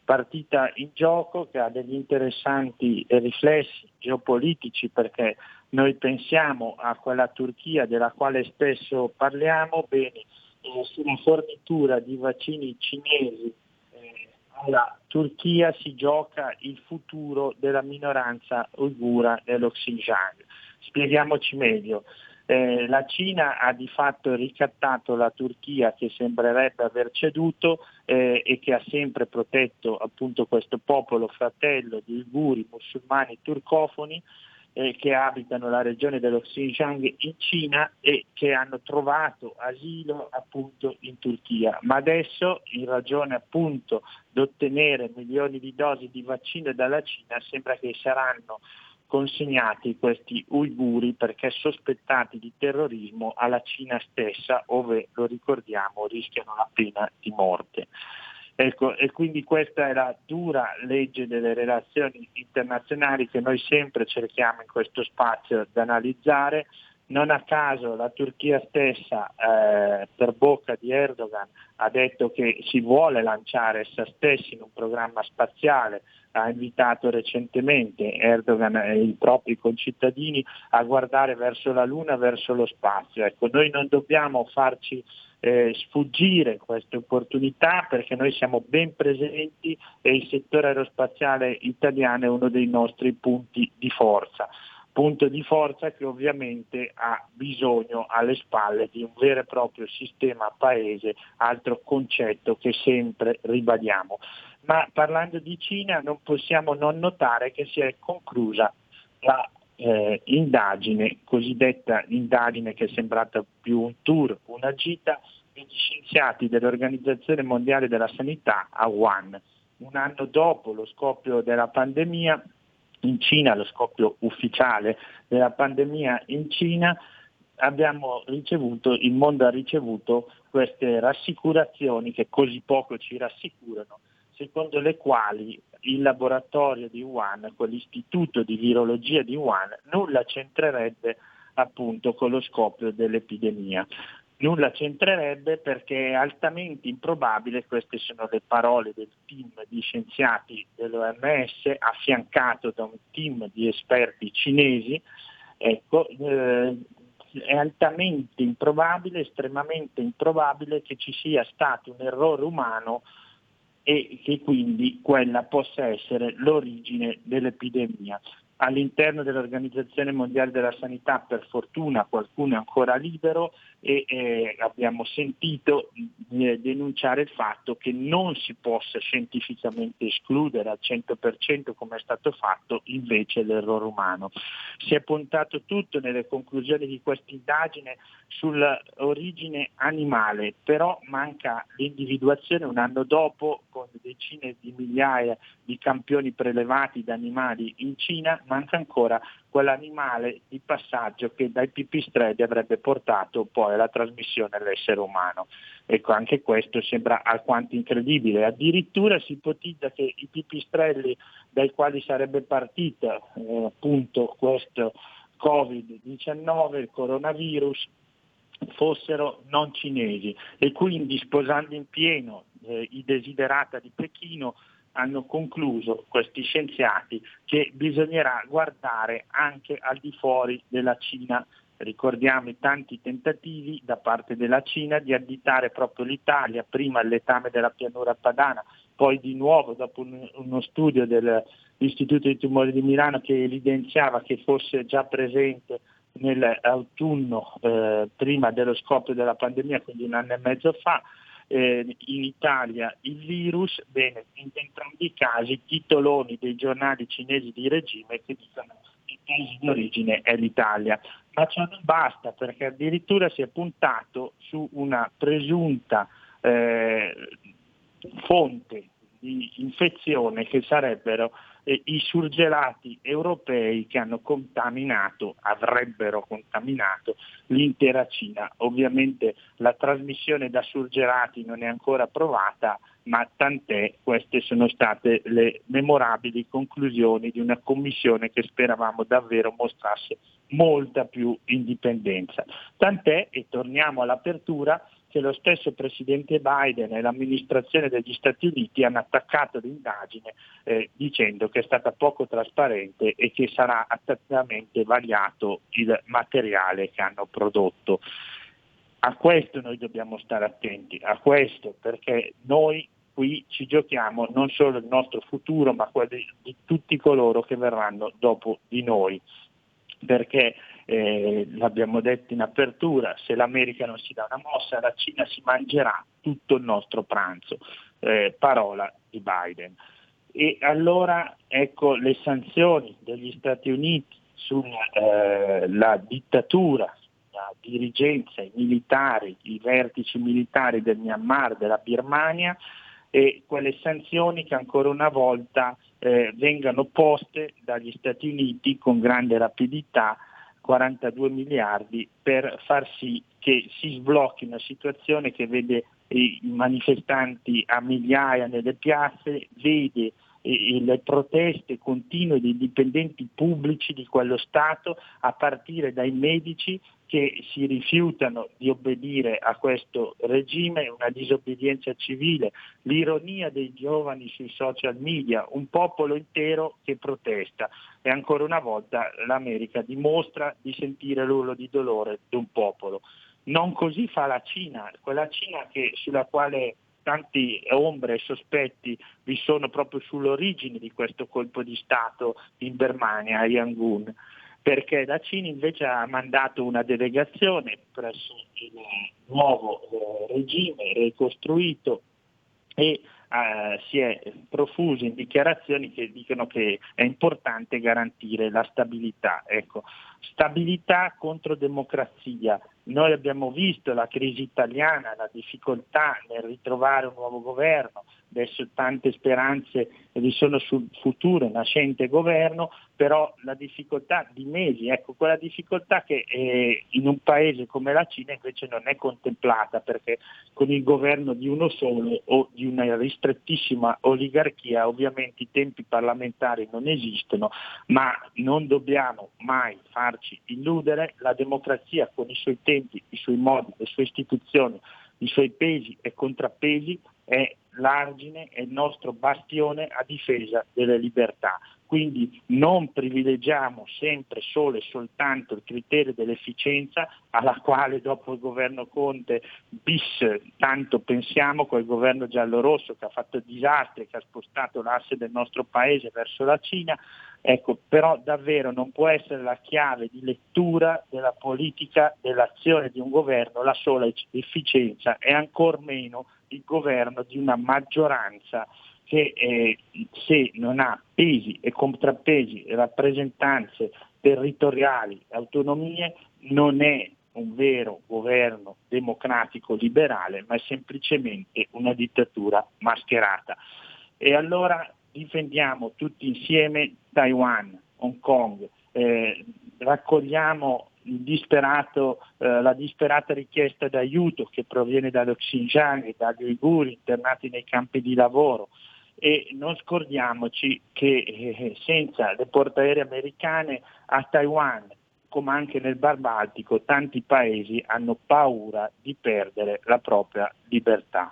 partita in gioco che ha degli interessanti riflessi geopolitici, perché noi pensiamo a quella Turchia della quale spesso parliamo, bene, eh, sulla fornitura di vaccini cinesi eh, alla Turchia si gioca il futuro della minoranza uigura dello Xinjiang. Spieghiamoci meglio. Eh, la Cina ha di fatto ricattato la Turchia, che sembrerebbe aver ceduto eh, e che ha sempre protetto appunto questo popolo fratello di uiguri musulmani turcofoni eh, che abitano la regione dello Xinjiang in Cina e che hanno trovato asilo appunto in Turchia. Ma adesso, in ragione appunto di ottenere milioni di dosi di vaccino dalla Cina, sembra che saranno consegnati questi uiguri perché sospettati di terrorismo alla Cina stessa, ove, lo ricordiamo, rischiano la pena di morte. Ecco, e quindi questa è la dura legge delle relazioni internazionali che noi sempre cerchiamo in questo spazio di analizzare. Non a caso la Turchia stessa, eh, per bocca di Erdogan, ha detto che si vuole lanciare essa stessa in un programma spaziale. Ha invitato recentemente Erdogan e i propri concittadini a guardare verso la Luna, verso lo spazio. Ecco, noi non dobbiamo farci eh, sfuggire queste opportunità, perché noi siamo ben presenti e il settore aerospaziale italiano è uno dei nostri punti di forza. Punto di forza che ovviamente ha bisogno alle spalle di un vero e proprio sistema paese, altro concetto che sempre ribadiamo. Ma parlando di Cina non possiamo non notare che si è conclusa la eh, indagine, cosiddetta indagine che è sembrata più un tour, una gita degli scienziati dell'Organizzazione Mondiale della Sanità a Wuhan. Un anno dopo lo scoppio della pandemia in Cina, lo scoppio ufficiale della pandemia in Cina, abbiamo ricevuto, il mondo ha ricevuto queste rassicurazioni che così poco ci rassicurano, secondo le quali il laboratorio di Wuhan, quell'istituto di virologia di Wuhan, nulla c'entrerebbe appunto con lo scoppio dell'epidemia. Nulla c'entrerebbe perché è altamente improbabile, queste sono le parole del team di scienziati dell'O M S affiancato da un team di esperti cinesi, ecco, eh, è altamente improbabile, estremamente improbabile che ci sia stato un errore umano e che quindi quella possa essere l'origine dell'epidemia. All'interno dell'Organizzazione Mondiale della Sanità, per fortuna, qualcuno è ancora libero e eh, abbiamo sentito eh, denunciare il fatto che non si possa scientificamente escludere al cento per cento, come è stato fatto, invece l'errore umano. Si è puntato tutto nelle conclusioni di questa indagine sull'origine animale, però manca l'individuazione un anno dopo, con decine di migliaia di campioni prelevati da animali in Cina, manca ancora quell'animale di passaggio che dai pipistrelli avrebbe portato poi alla trasmissione all'essere umano. Ecco, anche questo sembra alquanto incredibile. Addirittura si ipotizza che i pipistrelli dai quali sarebbe partito eh, appunto questo covid diciannove, il coronavirus, fossero non cinesi, e quindi, sposando in pieno eh, i desiderata di Pechino, hanno concluso questi scienziati che bisognerà guardare anche al di fuori della Cina. Ricordiamo i tanti tentativi da parte della Cina di additare proprio l'Italia, prima al letame della pianura padana, poi di nuovo dopo un, uno studio dell'Istituto di Tumori di Milano che evidenziava che fosse già presente nell'autunno eh, prima dello scoppio della pandemia, quindi un anno e mezzo fa, eh, in Italia il virus. Bene, in entrambi i casi titoloni dei giornali cinesi di regime che dicono che il paese di origine è l'Italia. Ma ciò non basta, perché addirittura si è puntato su una presunta eh, fonte di infezione che sarebbero eh, i surgelati europei che hanno contaminato, avrebbero contaminato l'intera Cina. Ovviamente la trasmissione da surgelati non è ancora provata, ma tant'è, queste sono state le memorabili conclusioni di una commissione che speravamo davvero mostrasse molta più indipendenza. Tant'è, e torniamo all'apertura, che lo stesso presidente Biden e l'amministrazione degli Stati Uniti hanno attaccato l'indagine eh, dicendo che è stata poco trasparente e che sarà attentamente vagliato il materiale che hanno prodotto. A questo noi dobbiamo stare attenti, a questo, perché noi qui ci giochiamo non solo il nostro futuro, ma quello di, di tutti coloro che verranno dopo di noi. Perché eh, l'abbiamo detto in apertura, se l'America non si dà una mossa, la Cina si mangerà tutto il nostro pranzo, eh, parola di Biden. E allora ecco le sanzioni degli Stati Uniti sulla eh, dittatura, la dirigenza, i militari, i vertici militari del Myanmar, della Birmania, e quelle sanzioni che ancora una volta eh, vengano poste dagli Stati Uniti con grande rapidità, quarantadue miliardi, per far sì che si sblocchi una situazione che vede i manifestanti a migliaia nelle piazze, vede eh, le proteste continue dei dipendenti pubblici di quello Stato, a partire dai medici che si rifiutano di obbedire a questo regime, una disobbedienza civile, l'ironia dei giovani sui social media, un popolo intero che protesta, e ancora una volta l'America dimostra di sentire l'urlo di dolore di un popolo. Non così fa la Cina, quella Cina che, sulla quale tanti ombre e sospetti vi sono proprio sull'origine di questo colpo di Stato in Birmania, a Yangon, perché la Cina invece ha mandato una delegazione presso il nuovo eh, regime ricostruito e eh, si è profuso in dichiarazioni che dicono che è importante garantire la stabilità. Ecco, stabilità contro democrazia. Noi abbiamo visto la crisi italiana, la difficoltà nel ritrovare un nuovo governo, adesso tante speranze vi sono sul futuro nascente governo, però la difficoltà di mesi, ecco quella difficoltà che eh, in un paese come la Cina invece non è contemplata, perché con il governo di uno solo o di una ristrettissima oligarchia ovviamente i tempi parlamentari non esistono, ma non dobbiamo mai farci illudere, la democrazia con i suoi tempi, i suoi modi, le sue istituzioni, i suoi pesi e contrappesi è l'argine, è il nostro bastione a difesa delle libertà. Quindi non privilegiamo sempre solo e soltanto il criterio dell'efficienza, alla quale dopo il governo Conte bis tanto pensiamo, col governo giallorosso che ha fatto disastri, che ha spostato l'asse del nostro paese verso la Cina. Ecco, però davvero non può essere la chiave di lettura della politica, dell'azione di un governo la sola efficienza, e ancor meno il governo di una maggioranza che eh, se non ha pesi e contrappesi, rappresentanze territoriali, autonomie, non è un vero governo democratico liberale, ma è semplicemente una dittatura mascherata. E allora difendiamo tutti insieme Taiwan, Hong Kong, eh, raccogliamo il disperato, eh, la disperata richiesta d'aiuto che proviene dallo Xinjiang, dagli uiguri internati nei campi di lavoro, e non scordiamoci che eh, senza le portaerei americane a Taiwan, come anche nel Bar Baltico, tanti paesi hanno paura di perdere la propria libertà.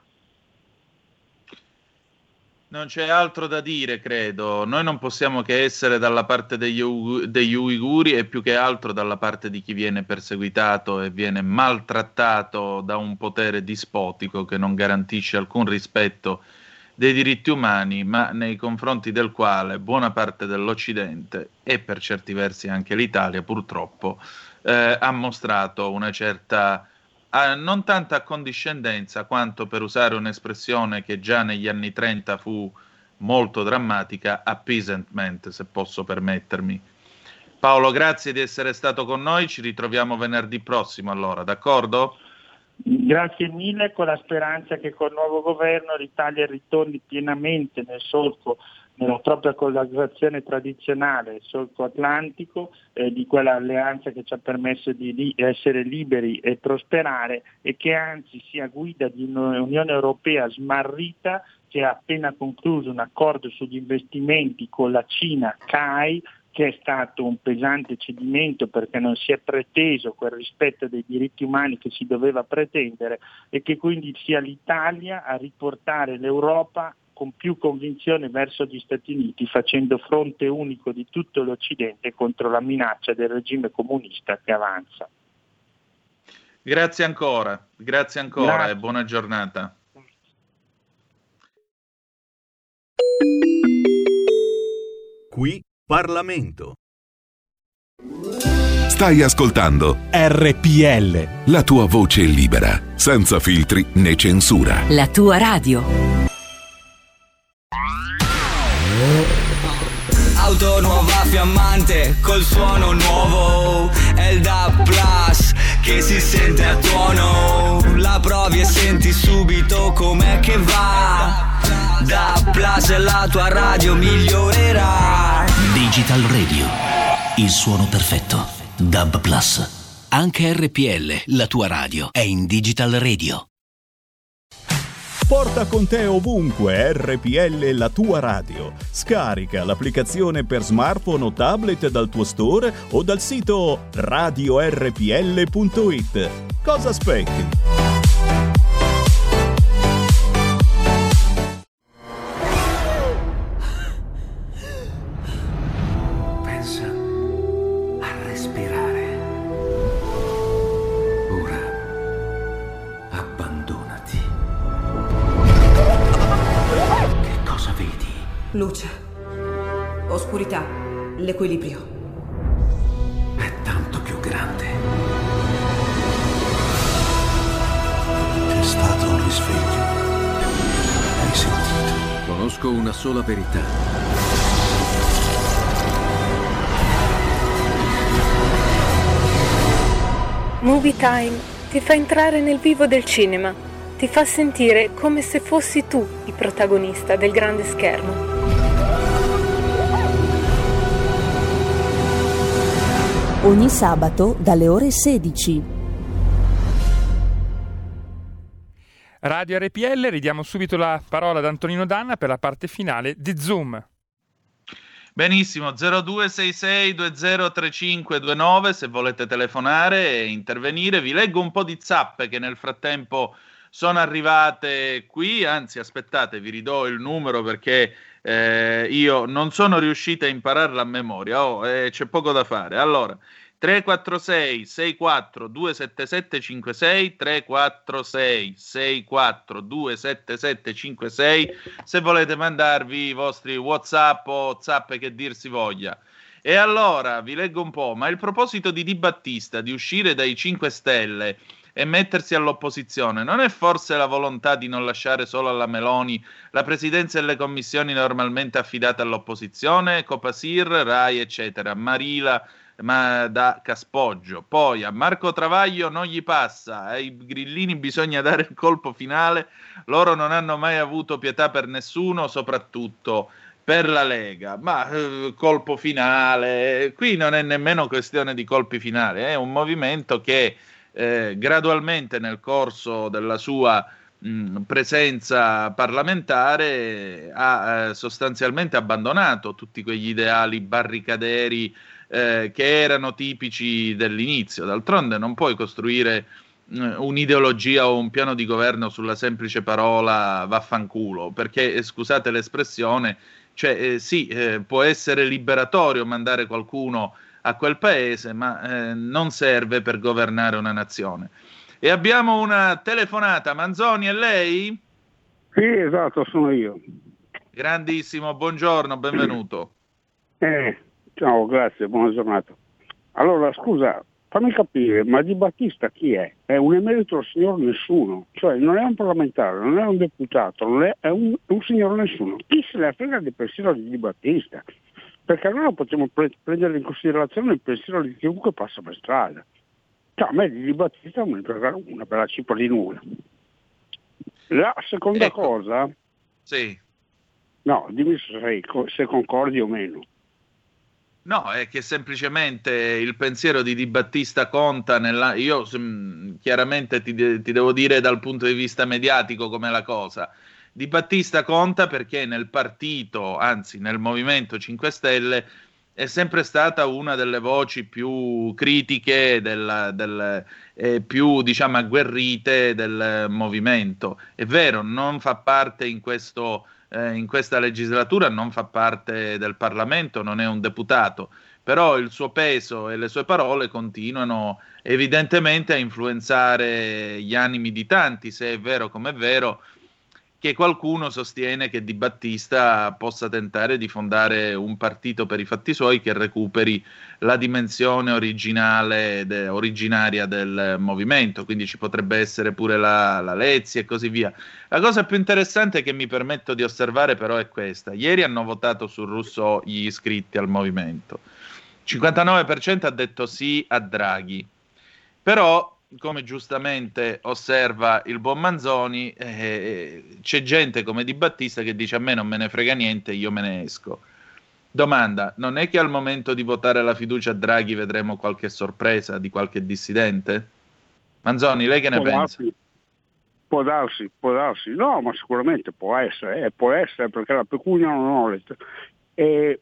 Non c'è altro da dire, credo. Noi non possiamo che essere dalla parte degli, u- degli uiguri e più che altro dalla parte di chi viene perseguitato e viene maltrattato da un potere dispotico che non garantisce alcun rispetto dei diritti umani, ma nei confronti del quale buona parte dell'Occidente e per certi versi anche l'Italia purtroppo eh, ha mostrato una certa Uh, non tanta accondiscendenza quanto, per usare un'espressione che già negli anni trenta fu molto drammatica, appeasement, se posso permettermi. Paolo, grazie di essere stato con noi, ci ritroviamo venerdì prossimo allora, d'accordo? Grazie mille, con la speranza che col nuovo governo l'Italia ritorni pienamente nel solco, nella propria collaborazione tradizionale, il solco atlantico, eh, di quella alleanza che ci ha permesso di, di essere liberi e prosperare, e che anzi sia guida di un'Unione Europea smarrita, che ha appena concluso un accordo sugli investimenti con la Cina C A I, che è stato un pesante cedimento perché non si è preteso quel rispetto dei diritti umani che si doveva pretendere, e che quindi sia l'Italia a riportare l'Europa con più convinzione verso gli Stati Uniti, facendo fronte unico di tutto l'Occidente contro la minaccia del regime comunista che avanza. Grazie ancora, grazie ancora Grazie. E buona giornata. Qui Parlamento. Stai ascoltando R P L, la tua voce libera, senza filtri né censura. La tua radio. Auto nuova fiammante col suono nuovo, è il D A B Plus che si sente a tuono. La provi e senti subito com'è che va. D A B Plus e la tua radio migliorerà. Digital Radio, il suono perfetto. D A B Plus. Anche R P L, la tua radio, è in Digital Radio. Porta con te ovunque R P L, la tua radio. Scarica l'applicazione per smartphone o tablet dal tuo store o dal sito radio erre pi elle punto it. Cosa aspetti? Pensa a respirare. Ora abbandonati. Che cosa vedi? Luce, oscurità, l'equilibrio. È tanto più grande. C'è stato un risveglio. Hai sentito? Conosco una sola verità. Movie Time ti fa entrare nel vivo del cinema, ti fa sentire come se fossi tu il protagonista del grande schermo. Ogni sabato dalle ore sedici. Radio R P L, ridiamo subito la parola ad Antonino Danna per la parte finale di Zoom. Benissimo, zero due sei sei due zero tre cinque due nove se volete telefonare e intervenire. Vi leggo un po' di zappe che nel frattempo sono arrivate qui, anzi aspettate, vi ridò il numero perché eh, io non sono riuscito a impararla a memoria, oh, eh, c'è poco da fare. Allora, tre quattro sei sei quattro due sette sette cinque sei, tre quattro sei sei quattro due sette sette cinque sei se volete mandarvi i vostri WhatsApp o zappe che dir si voglia. E allora vi leggo un po', ma il proposito di Di Battista di uscire dai cinque Stelle e mettersi all'opposizione non è forse la volontà di non lasciare solo alla Meloni la presidenza delle commissioni normalmente affidate all'opposizione, Copasir, Rai eccetera, Marila ma da Caspoggio, poi a Marco Travaglio non gli passa, ai grillini bisogna dare il colpo finale, loro non hanno mai avuto pietà per nessuno, soprattutto per la Lega, ma eh, colpo finale, qui non è nemmeno questione di colpi finali, è un movimento che eh, gradualmente nel corso della sua mh, presenza parlamentare ha eh, sostanzialmente abbandonato tutti quegli ideali barricaderi Eh, che erano tipici dell'inizio. D'altronde non puoi costruire eh, un'ideologia o un piano di governo sulla semplice parola vaffanculo, perché eh, scusate l'espressione, cioè eh, sì, eh, può essere liberatorio mandare qualcuno a quel paese, ma eh, non serve per governare una nazione. E abbiamo una telefonata. Manzoni, è lei? Sì, esatto, sono io. Grandissimo, buongiorno, benvenuto. Eh, ciao, grazie, buona giornata. Allora, scusa, fammi capire, ma Di Battista chi è? È un emerito signor nessuno, cioè non è un parlamentare, non è un deputato, non è, è, un, è un signor nessuno. Chi se ne frega del pensiero di Di Battista? Perché allora possiamo pre- prendere in considerazione il pensiero di chiunque passa per strada. Cioè, a me di Di Battista non mi frega una bella cippa di nulla. La seconda ecco. cosa... Sì. No, dimmi se, sei, se concordi o meno. No, è che semplicemente il pensiero di Di Battista conta nella... Io mh, chiaramente ti, de- ti devo dire dal punto di vista mediatico com'è la cosa. Di Battista conta perché nel partito, anzi nel Movimento cinque Stelle, è sempre stata una delle voci più critiche, del, del, eh, più diciamo agguerrite del movimento. È vero, non fa parte in, questo, eh, in questa legislatura, non fa parte del Parlamento, non è un deputato, però il suo peso e le sue parole continuano evidentemente a influenzare gli animi di tanti, se è vero come è vero che qualcuno sostiene che Di Battista possa tentare di fondare un partito per i fatti suoi che recuperi la dimensione originale, de, originaria del movimento, quindi ci potrebbe essere pure la, la Lezzi e così via. La cosa più interessante che mi permetto di osservare però è questa: ieri hanno votato su Rousseau gli iscritti al movimento, cinquantanove per cento ha detto sì a Draghi, però come giustamente osserva il buon Manzoni, eh, c'è gente come Di Battista che dice a me non me ne frega niente, io me ne esco. Domanda, non è che al momento di votare la fiducia a Draghi vedremo qualche sorpresa di qualche dissidente? Manzoni, lei che ne può pensa? Darsi, può darsi, può darsi, no, ma sicuramente può essere, eh, può essere perché la pecunia non ho letto. E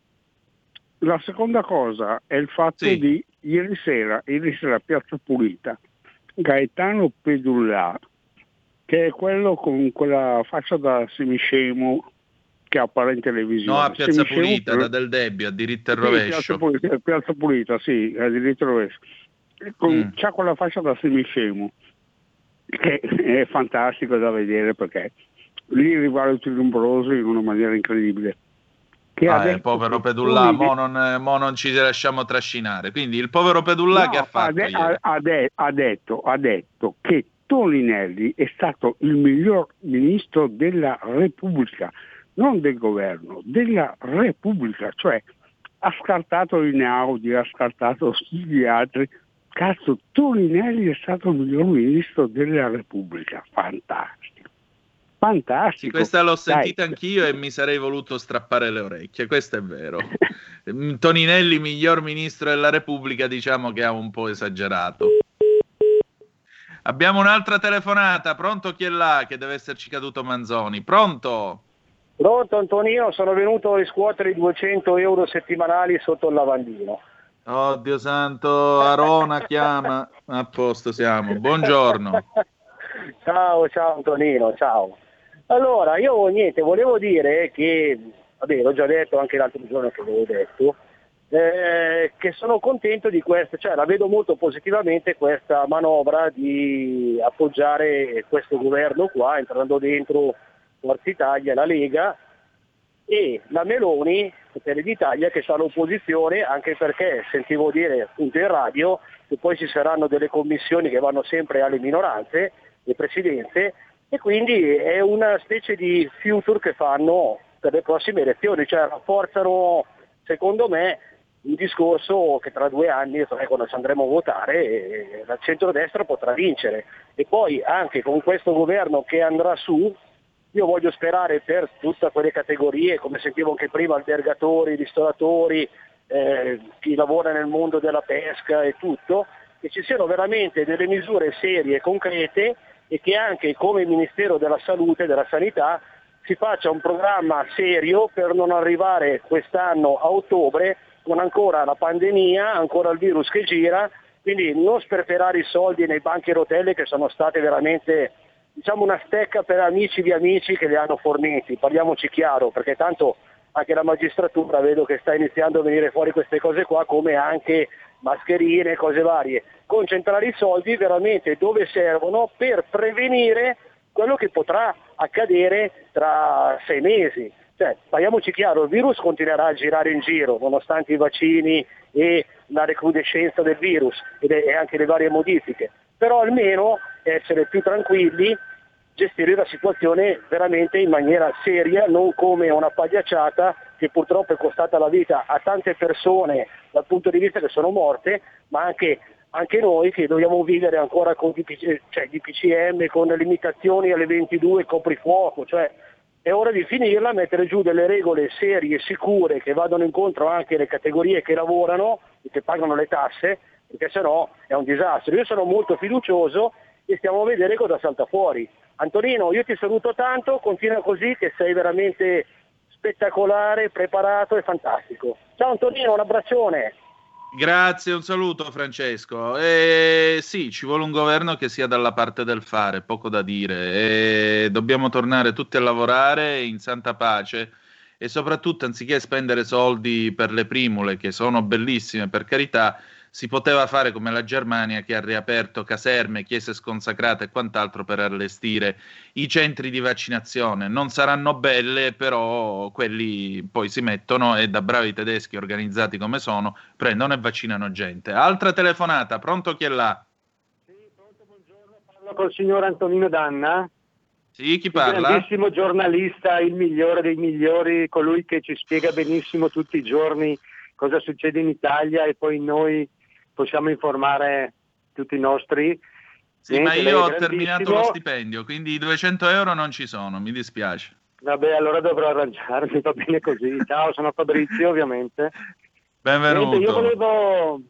la seconda cosa è il fatto sì. di ieri sera, ieri sera a Piazza Pulita, Gaetano Pedulla, che è quello con quella faccia da semiscemo che appare in televisione. No, a Piazza semiscemo Pulita, per... da Del Debbio, a diritto e sì, rovescio. Piazza Pulita, Piazza Pulita, sì, a diritto e rovescio. Con... Mm. C'ha quella faccia da semiscemo, che è fantastico da vedere perché lì rivaluta il Lombroso in una maniera incredibile. Che ah, eh, povero Pedulla, mo non, mo non ci lasciamo trascinare. Quindi il povero Pedulla no, che ha fatto? Ha, de- ha, de- ha, detto, ha detto che Toninelli è stato il miglior ministro della Repubblica, non del governo, della Repubblica, cioè ha scartato Rinaldi, ha scartato gli altri. Cazzo, Toninelli è stato il miglior ministro della Repubblica, fantastico. Fantastico. Sì, questa l'ho sentita Dai. anch'io e mi sarei voluto strappare le orecchie, questo è vero. Toninelli, miglior ministro della Repubblica, diciamo che ha un po' esagerato. Abbiamo un'altra telefonata, pronto chi è là? Che deve esserci caduto Manzoni. Pronto? Pronto Antonino, sono venuto a riscuotere i duecento euro settimanali sotto il lavandino. Oddio santo, Arona chiama. A posto siamo, buongiorno. Ciao, ciao Antonino, ciao. Allora, io niente, volevo dire che, vabbè, l'ho già detto anche l'altro giorno che l'avevo detto, eh, che sono contento di questa, cioè la vedo molto positivamente questa manovra di appoggiare questo governo qua, entrando dentro Forza Italia, la Lega e la Meloni, Fratelli d'Italia, che sta all'opposizione, anche perché sentivo dire appunto in radio che poi ci saranno delle commissioni che vanno sempre alle minoranze, le presidenze, e quindi è una specie di future che fanno per le prossime elezioni, cioè rafforzano secondo me un discorso che tra due anni, quando ci andremo a votare, la centrodestra potrà vincere. E poi anche con questo governo che andrà su, io voglio sperare per tutte quelle categorie, come sentivo anche prima, albergatori, ristoratori, eh, chi lavora nel mondo della pesca e tutto, che ci siano veramente delle misure serie e concrete e che anche come Ministero della Salute e della Sanità si faccia un programma serio per non arrivare quest'anno a ottobre con ancora la pandemia, ancora il virus che gira, quindi non sperperare i soldi nei banchi a rotelle che sono state veramente, diciamo, una stecca per amici di amici che li hanno forniti, parliamoci chiaro, perché tanto anche la magistratura vedo che sta iniziando a venire fuori queste cose qua, come anche mascherine, cose varie. Concentrare i soldi veramente dove servono per prevenire quello che potrà accadere tra sei mesi. Cioè, parliamoci chiaro, il virus continuerà a girare in giro, nonostante i vaccini e la recrudescenza del virus e anche le varie modifiche. Però almeno essere più tranquilli, gestire la situazione veramente in maniera seria, non come una pagliacciata che purtroppo è costata la vita a tante persone dal punto di vista che sono morte, ma anche, anche noi che dobbiamo vivere ancora con D P C, cioè D P C M, con limitazioni alle ventidue, coprifuoco, cioè è ora di finirla, mettere giù delle regole serie e sicure che vadano incontro anche alle categorie che lavorano e che pagano le tasse, perché sennò è un disastro. Io sono molto fiducioso e stiamo a vedere cosa salta fuori. Antonino, io ti saluto tanto, continua così che sei veramente spettacolare, preparato e fantastico. Ciao Antonino, un abbraccione. Grazie, un saluto Francesco. Eh, sì, ci vuole un governo che sia dalla parte del fare, poco da dire. Eh, dobbiamo tornare tutti a lavorare in santa pace e soprattutto, anziché spendere soldi per le primule, che sono bellissime per carità, si poteva fare come la Germania, che ha riaperto caserme, chiese sconsacrate e quant'altro per allestire i centri di vaccinazione. Non saranno belle, però quelli poi si mettono e da bravi tedeschi organizzati come sono prendono e vaccinano gente. Altra telefonata, pronto, chi è là? Sì, pronto, buongiorno, parlo col signor Antonino Danna. Sì, chi Il parla? grandissimo giornalista, il migliore dei migliori, colui che ci spiega benissimo tutti i giorni cosa succede in Italia e poi noi possiamo informare tutti i nostri. Sì, Niente, ma io ho grandissimo. terminato lo stipendio, quindi i duecento euro non ci sono, mi dispiace. Vabbè, allora dovrò arrangiarmi, va bene così. Ciao, sono Fabrizio, ovviamente. Benvenuto. Niente, io volevo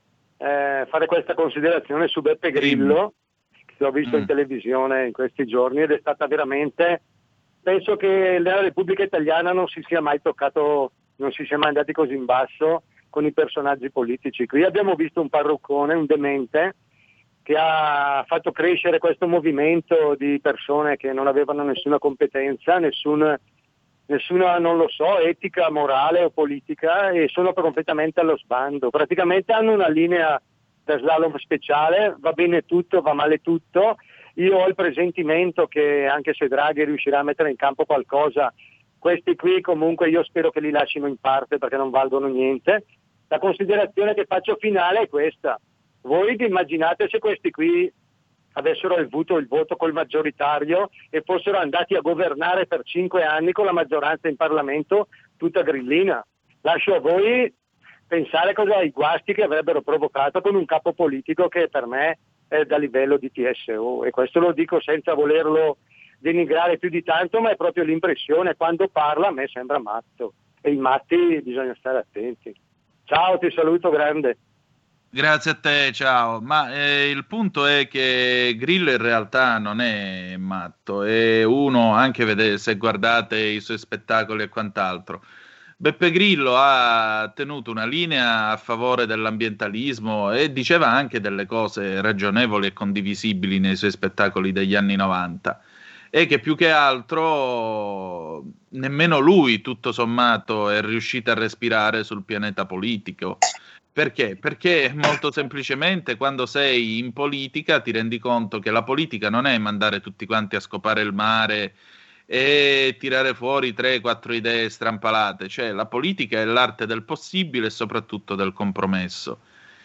eh, fare questa considerazione su Beppe Grillo, che ho visto Mm. in televisione in questi giorni, ed è stata veramente... Penso che nella Repubblica Italiana non si sia mai toccato, non si sia mai andati così in basso con i personaggi politici. Qui abbiamo visto un parruccone, un demente, che ha fatto crescere questo movimento di persone che non avevano nessuna competenza, nessun, nessuna, non lo so, etica, morale o politica, e sono completamente allo sbando. Praticamente hanno una linea da slalom speciale, va bene tutto, va male tutto. Io ho il presentimento che anche se Draghi riuscirà a mettere in campo qualcosa, questi qui comunque io spero che li lasciano in parte perché non valgono niente. La considerazione che faccio finale è questa: voi vi immaginate se questi qui avessero avuto il voto col maggioritario e fossero andati a governare per cinque anni con la maggioranza in Parlamento tutta grillina? Lascio a voi pensare cosa i guasti che avrebbero provocato con un capo politico che per me è da livello di T S O, e questo lo dico senza volerlo denigrare più di tanto, ma è proprio l'impressione: quando parla a me sembra matto, e i matti bisogna stare attenti. Ciao, ti saluto, grande. Grazie a te, ciao. Ma eh, il punto è che Grillo in realtà non è matto, è uno, anche vedete, se guardate i suoi spettacoli e quant'altro. Beppe Grillo ha tenuto una linea a favore dell'ambientalismo e diceva anche delle cose ragionevoli e condivisibili nei suoi spettacoli degli anni novanta. E che più che altro nemmeno lui, tutto sommato, è riuscito a respirare sul pianeta politico. Perché? Perché molto semplicemente quando sei in politica ti rendi conto che la politica non è mandare tutti quanti a scopare il mare e tirare fuori tre quattro idee strampalate. Cioè la politica è l'arte del possibile e soprattutto del compromesso.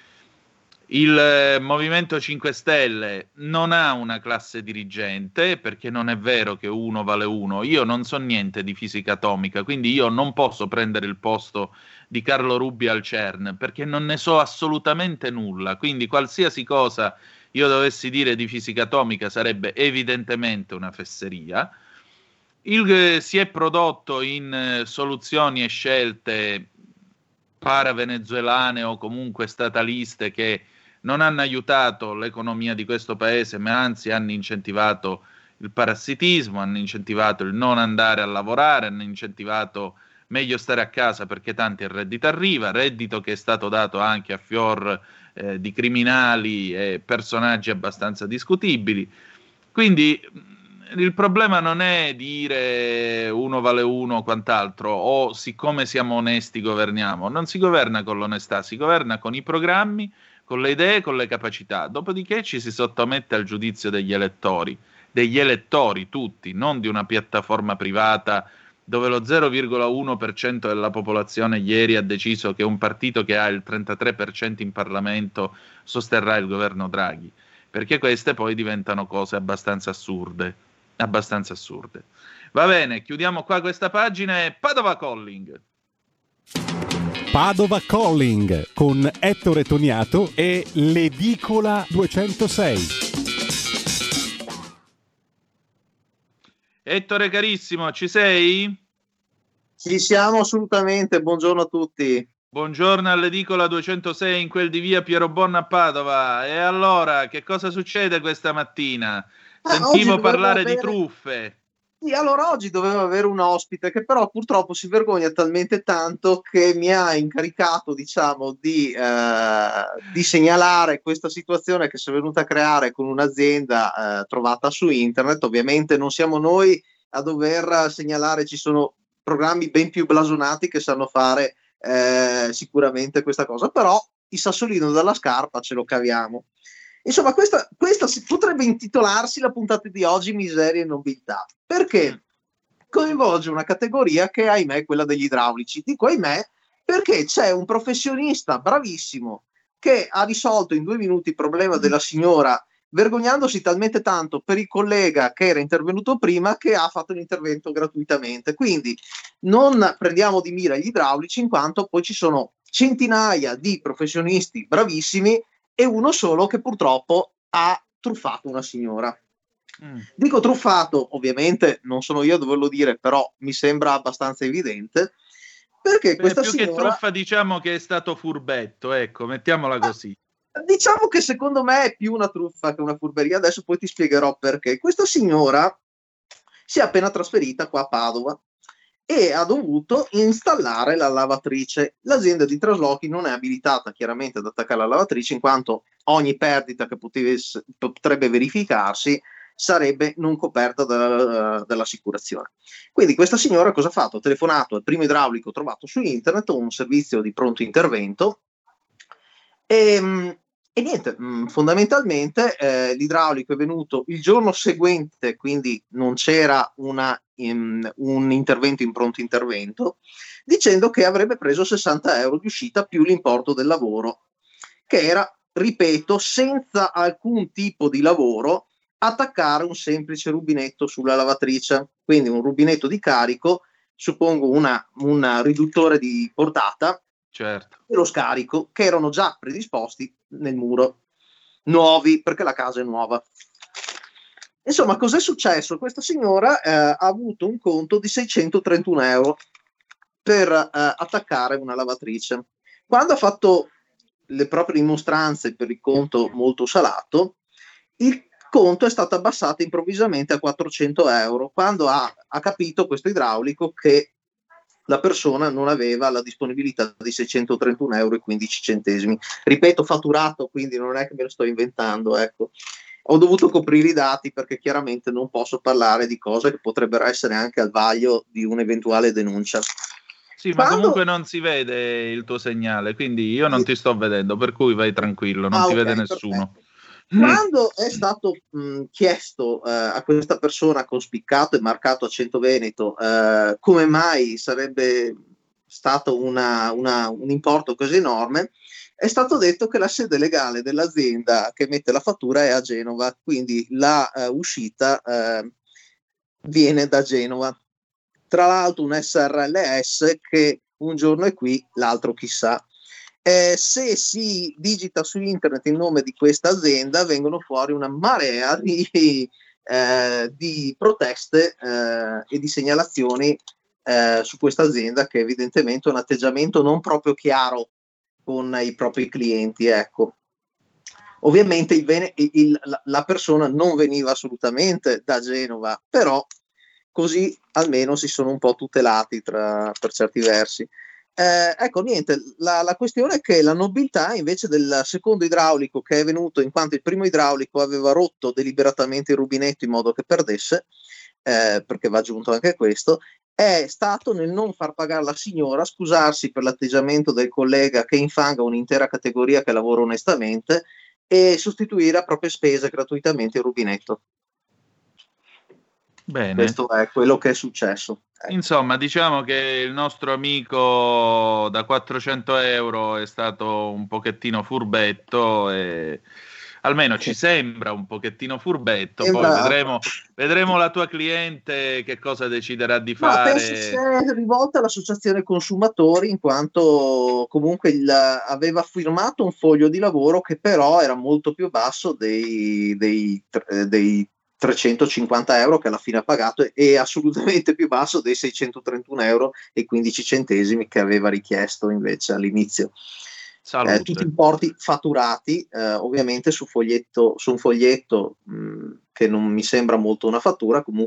Il eh, Movimento cinque Stelle non ha una classe dirigente, perché non è vero che uno vale uno. Io non so niente di fisica atomica, quindi io non posso prendere il posto di Carlo Rubbia al CERN, perché non ne so assolutamente nulla. Quindi qualsiasi cosa io dovessi dire di fisica atomica sarebbe evidentemente una fesseria. Il, eh, si è prodotto in eh, soluzioni e scelte para-venezuelane o comunque stataliste che non hanno aiutato l'economia di questo paese, ma anzi hanno incentivato il parassitismo, hanno incentivato il non andare a lavorare, hanno incentivato meglio stare a casa perché tanto il reddito arriva, reddito che è stato dato anche a fior eh, di criminali e personaggi abbastanza discutibili. Quindi il problema non è dire uno vale uno o quant'altro, o siccome siamo onesti governiamo. Non si governa con l'onestà, si governa con i programmi, con le idee, con le capacità. Dopodiché ci si sottomette al giudizio degli elettori, degli elettori tutti, non di una piattaforma privata dove lo zero virgola uno per cento della popolazione ieri ha deciso che un partito che ha il trentatré per cento in Parlamento sosterrà il governo Draghi, perché queste poi diventano cose abbastanza assurde, abbastanza assurde. Va bene, chiudiamo qua questa pagina e Padova Calling. Padova Calling con Ettore Toniato e l'Edicola duecentosei. Ettore carissimo, ci sei? Ci siamo assolutamente, buongiorno a tutti. Buongiorno all'Edicola duecentosei in quel di via Piero Bonna a Padova. E allora, che cosa succede questa mattina? Sentivo ah, parlare avere... di truffe. Sì, allora oggi dovevo avere un ospite che però purtroppo si vergogna talmente tanto che mi ha incaricato, diciamo, di, eh, di segnalare questa situazione che si è venuta a creare con un'azienda eh, trovata su internet. Ovviamente non siamo noi a dover segnalare, ci sono programmi ben più blasonati che sanno fare eh, sicuramente questa cosa, però il sassolino dalla scarpa ce lo caviamo. Insomma, questa, questa si potrebbe intitolarsi la puntata di oggi Miseria e nobiltà, perché coinvolge una categoria che è, ahimè, quella degli idraulici. Dico ahimè perché c'è un professionista bravissimo che ha risolto in due minuti il problema della signora, vergognandosi talmente tanto per il collega che era intervenuto prima che ha fatto l'intervento gratuitamente. Quindi non prendiamo di mira gli idraulici, in quanto poi ci sono centinaia di professionisti bravissimi e uno solo che purtroppo ha truffato una signora. Mm. Dico truffato, ovviamente non sono io a doverlo dire, però mi sembra abbastanza evidente, perché Beh, questa più signora... che truffa, diciamo che è stato furbetto, ecco, mettiamola così. Diciamo che secondo me è più una truffa che una furberia, adesso poi ti spiegherò perché. Questa signora si è appena trasferita qua a Padova e ha dovuto installare la lavatrice. L'azienda di traslochi non è abilitata chiaramente ad attaccare la lavatrice, in quanto ogni perdita che potesse, potrebbe verificarsi sarebbe non coperta dalla, dall'assicurazione. Quindi questa signora cosa ha fatto? Ha telefonato al primo idraulico trovato su internet, un servizio di pronto intervento, e, e niente, fondamentalmente eh, l'idraulico è venuto il giorno seguente, quindi non c'era una In, un intervento in pronto intervento, dicendo che avrebbe preso sessanta euro di uscita più l'importo del lavoro, che era, ripeto, senza alcun tipo di lavoro, attaccare un semplice rubinetto sulla lavatrice, quindi un rubinetto di carico, suppongo una, un riduttore di portata, certo, e lo scarico, che erano già predisposti nel muro, nuovi, perché la casa è nuova. Insomma, cos'è successo? Questa signora eh, ha avuto un conto di seicentotrentuno euro per eh, attaccare una lavatrice. Quando ha fatto le proprie dimostranze per il conto molto salato, il conto è stato abbassato improvvisamente a quattrocento euro, quando ha, ha capito questo idraulico che la persona non aveva la disponibilità di seicentotrentuno euro e quindici centesimi. Ripeto, fatturato, quindi non è che me lo sto inventando, ecco. Ho dovuto coprire i dati perché chiaramente non posso parlare di cose che potrebbero essere anche al vaglio di un'eventuale denuncia. Sì, ma Quando... comunque non si vede il tuo segnale, quindi io non sì. ti sto vedendo, per cui vai tranquillo, non ah, ti okay, vede nessuno. Quando è stato mh, chiesto eh, a questa persona con spiccato e marcato accento veneto eh, come mai sarebbe stato una, una, un importo così enorme, è stato detto che la sede legale dell'azienda che emette la fattura è a Genova, quindi la uh, uscita uh, viene da Genova. Tra l'altro un S R L S che un giorno è qui, l'altro chissà. Eh, se si digita su internet il nome di questa azienda vengono fuori una marea di, eh, di proteste eh, e di segnalazioni eh, su questa azienda, che evidentemente ha un atteggiamento non proprio chiaro con i propri clienti, ecco. Ovviamente il bene, il, la, la persona non veniva assolutamente da Genova, però così almeno si sono un po' tutelati tra, per certi versi. Eh, ecco, niente, la, la questione è che la nobiltà invece del secondo idraulico che è venuto, in quanto il primo idraulico aveva rotto deliberatamente il rubinetto in modo che perdesse, eh, perché va aggiunto anche questo, è stato nel non far pagare la signora, scusarsi per l'atteggiamento del collega che infanga un'intera categoria che lavora onestamente e sostituire a proprie spese gratuitamente il rubinetto. Bene. Questo è quello che è successo. Ecco. Insomma, diciamo che il nostro amico da quattrocento euro è stato un pochettino furbetto e... almeno ci sembra un pochettino furbetto, poi vedremo, vedremo la tua cliente che cosa deciderà di fare. No, penso sia rivolta all'associazione consumatori, in quanto comunque il, aveva firmato un foglio di lavoro che però era molto più basso dei, dei, dei trecentocinquanta euro che alla fine ha pagato e assolutamente più basso dei seicentotrentuno euro e quindici centesimi che aveva richiesto invece all'inizio. Eh, tutti importi fatturati eh, ovviamente su, foglietto, su un foglietto mh, che non mi sembra molto una fattura, comunque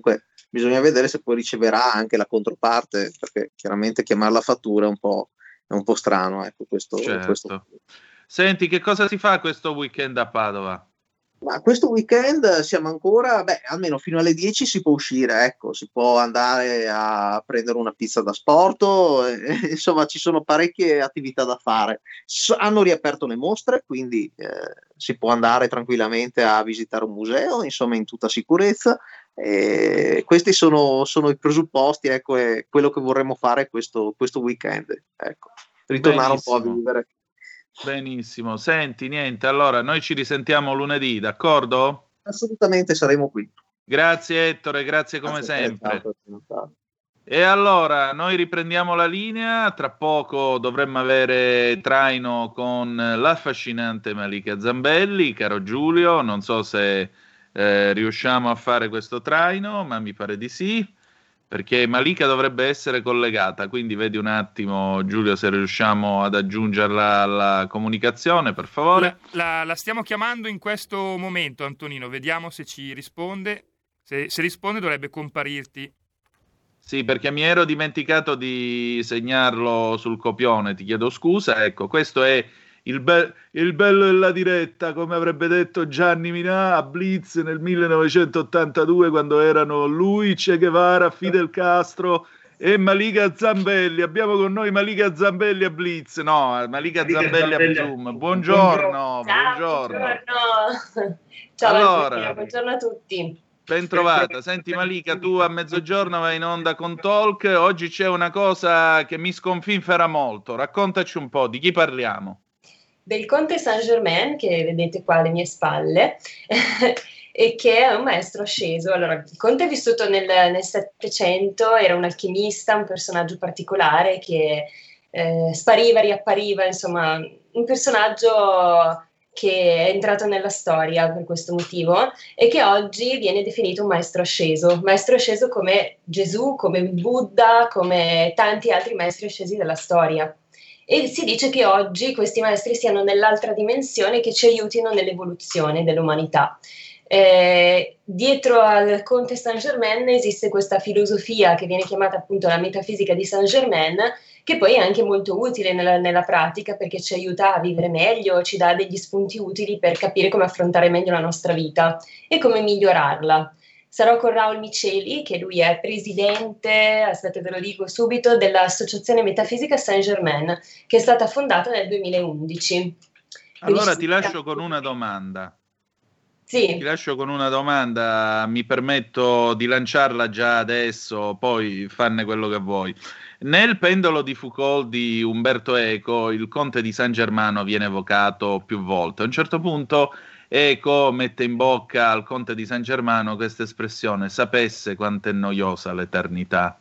bisogna vedere se poi riceverà anche la controparte, perché chiaramente chiamarla fattura è un po', è un po' strano, ecco, questo, Certo. questo. Senti, che cosa si fa questo weekend a Padova? Ma questo weekend siamo ancora, beh, almeno fino alle dieci si può uscire, ecco, si può andare a prendere una pizza da sporto, eh, insomma ci sono parecchie attività da fare. S- hanno riaperto le mostre, quindi eh, si può andare tranquillamente a visitare un museo, insomma in tutta sicurezza. E questi sono, sono i presupposti, ecco, è quello che vorremmo fare questo, questo weekend, ecco, ritornare Benissimo. un po' a vivere. Benissimo, senti, niente, allora noi ci risentiamo lunedì, d'accordo? Assolutamente saremo qui. Grazie Ettore, grazie come Grazie a te, sempre. ciao, ciao. E allora, noi riprendiamo la linea, tra poco dovremmo avere traino con l'affascinante Malika Zambelli, caro Giulio, non so se eh, riusciamo a fare questo traino, ma mi pare di sì, perché Malika dovrebbe essere collegata, quindi vedi un attimo Giulio se riusciamo ad aggiungerla alla comunicazione, per favore. La, la, la stiamo chiamando in questo momento, Antonino, vediamo se ci risponde, se, se risponde dovrebbe comparirti. Sì, perché mi ero dimenticato di segnarlo sul copione, ti chiedo scusa, ecco, questo è il, be- il bello della diretta, come avrebbe detto Gianni Minà a Blitz nel millenovecentottantadue, quando erano lui, Che Guevara, Fidel Castro e Malika Zambelli. Abbiamo con noi Malika Zambelli a Blitz, no, Malika Zambelli a Zoom. Buongiorno, buongiorno. buongiorno. Ciao, Allora, Antonio, buongiorno a tutti. ben trovata. Senti Malika, tu a mezzogiorno vai in onda con Talk, oggi c'è una cosa che mi sconfinfera molto, raccontaci un po', di chi parliamo? Del Conte Saint-Germain, che vedete qua alle mie spalle, e che è un maestro asceso. Allora, il Conte è vissuto nel, nel Settecento, era un alchimista, un personaggio particolare che eh, spariva, riappariva, insomma, un personaggio che è entrato nella storia per questo motivo e che oggi viene definito un maestro asceso, maestro asceso come Gesù, come Buddha, come tanti altri maestri ascesi della storia. E si dice che oggi questi maestri siano nell'altra dimensione che ci aiutino nell'evoluzione dell'umanità. Eh, dietro al Conte Saint-Germain esiste questa filosofia che viene chiamata appunto la metafisica di Saint-Germain, che poi è anche molto utile nella, nella pratica perché ci aiuta a vivere meglio, ci dà degli spunti utili per capire come affrontare meglio la nostra vita e come migliorarla. Sarò con Raul Miceli, che lui è presidente, aspetta te lo dico subito, dell'Associazione Metafisica Saint-Germain, che è stata fondata nel duemilaundici. Allora ti lascio con una domanda. Sì. Ti lascio con una domanda, mi permetto di lanciarla già adesso, poi fanne quello che vuoi. Nel pendolo di Foucault di Umberto Eco, il Conte di San Germano viene evocato più volte. A un certo punto Eco mette in bocca al Conte di San Germano questa espressione: sapesse quanto è noiosa l'eternità.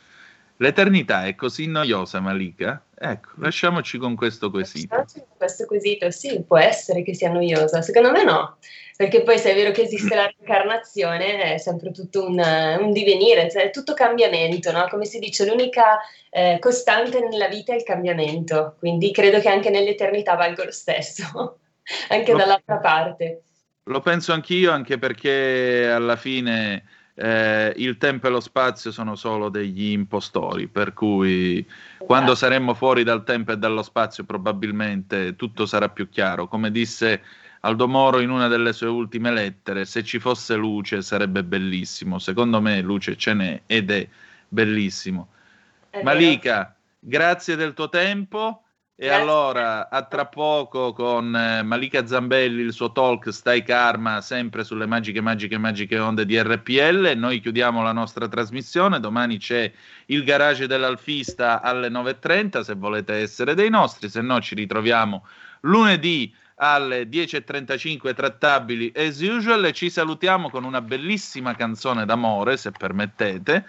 L'eternità è così noiosa, Malika? Ecco, lasciamoci con questo quesito. Questo quesito, sì, può essere che sia noiosa, secondo me no, perché poi se è vero che esiste la reincarnazione è sempre tutto un, un divenire, cioè è tutto cambiamento, no? Come si dice, l'unica eh, costante nella vita è il cambiamento, quindi credo che anche nell'eternità valga lo stesso, anche lo, dall'altra parte. Lo penso anch'io, anche perché alla fine eh, il tempo e lo spazio sono solo degli impostori, per cui esatto. Quando saremo fuori dal tempo e dallo spazio probabilmente tutto sarà più chiaro. Come disse Aldo Moro in una delle sue ultime lettere, se ci fosse luce sarebbe bellissimo. Secondo me luce ce n'è ed è bellissimo. È Malika, grazie del tuo tempo. E grazie. Allora, a tra poco con eh, Malika Zambelli, il suo talk Stai Karma, sempre sulle magiche, magiche, magiche onde di R P L. Noi chiudiamo la nostra trasmissione. Domani c'è il garage dell'Alfista alle nove e trenta, se volete essere dei nostri. Se no ci ritroviamo lunedì alle dieci e trentacinque trattabili as usual, e ci salutiamo con una bellissima canzone d'amore, se permettete.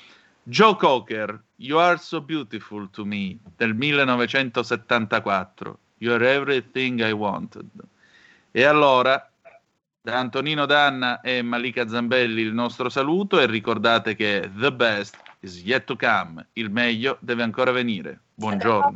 Joe Cocker, You Are So Beautiful to Me, del millenovecentosettantaquattro. You're Everything I Wanted. E allora, da Antonino Danna e Malika Zambelli il nostro saluto, e ricordate che the best is yet to come, il meglio deve ancora venire. Buongiorno.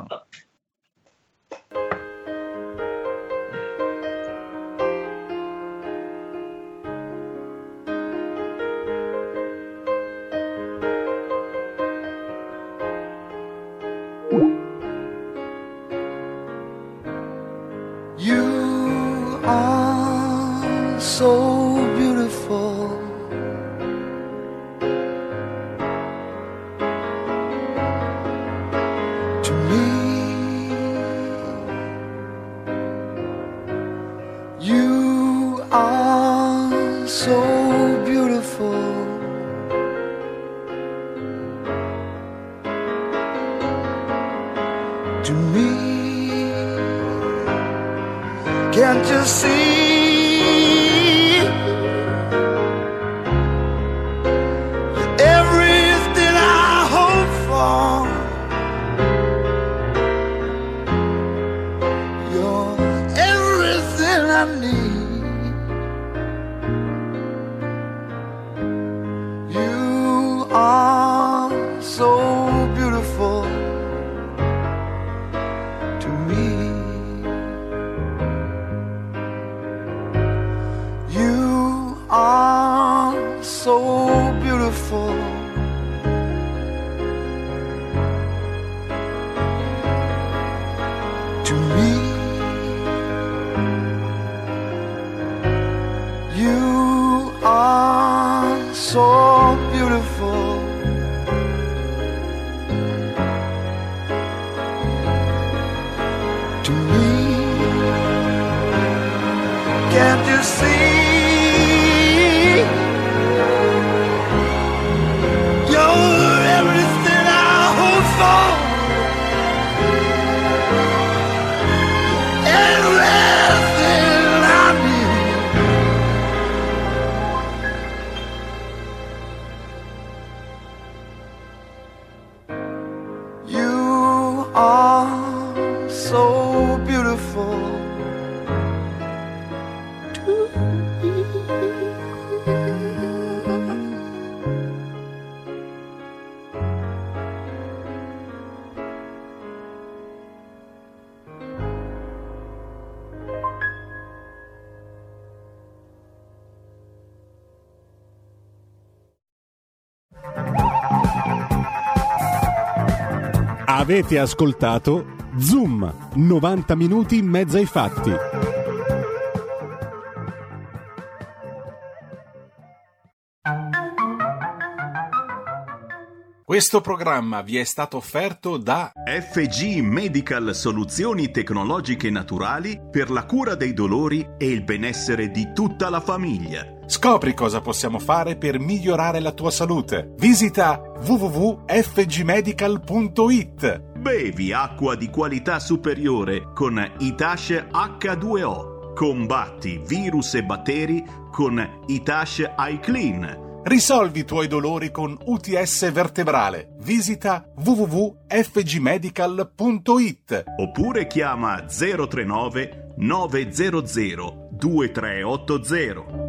so beautiful. To me, you are so beautiful. To me, can't you see everything I hope for? You're everything I need. You are so beautiful. So beautiful. To me, you are so beautiful. To me, can't you see? So beautiful to me. Avete ascoltato Zoom, novanta minuti in mezzo ai fatti. Questo programma vi è stato offerto da F G Medical Soluzioni Tecnologiche Naturali per la cura dei dolori e il benessere di tutta la famiglia. Scopri cosa possiamo fare per migliorare la tua salute. Visita w w w punto f g medical punto i t. Bevi acqua di qualità superiore con Itash acca due o. Combatti virus e batteri con Itash iClean. Risolvi i tuoi dolori con U T S vertebrale. Visita w w w punto f g medical punto i t. Oppure chiama zero tre nove nove zero zero due tre otto zero.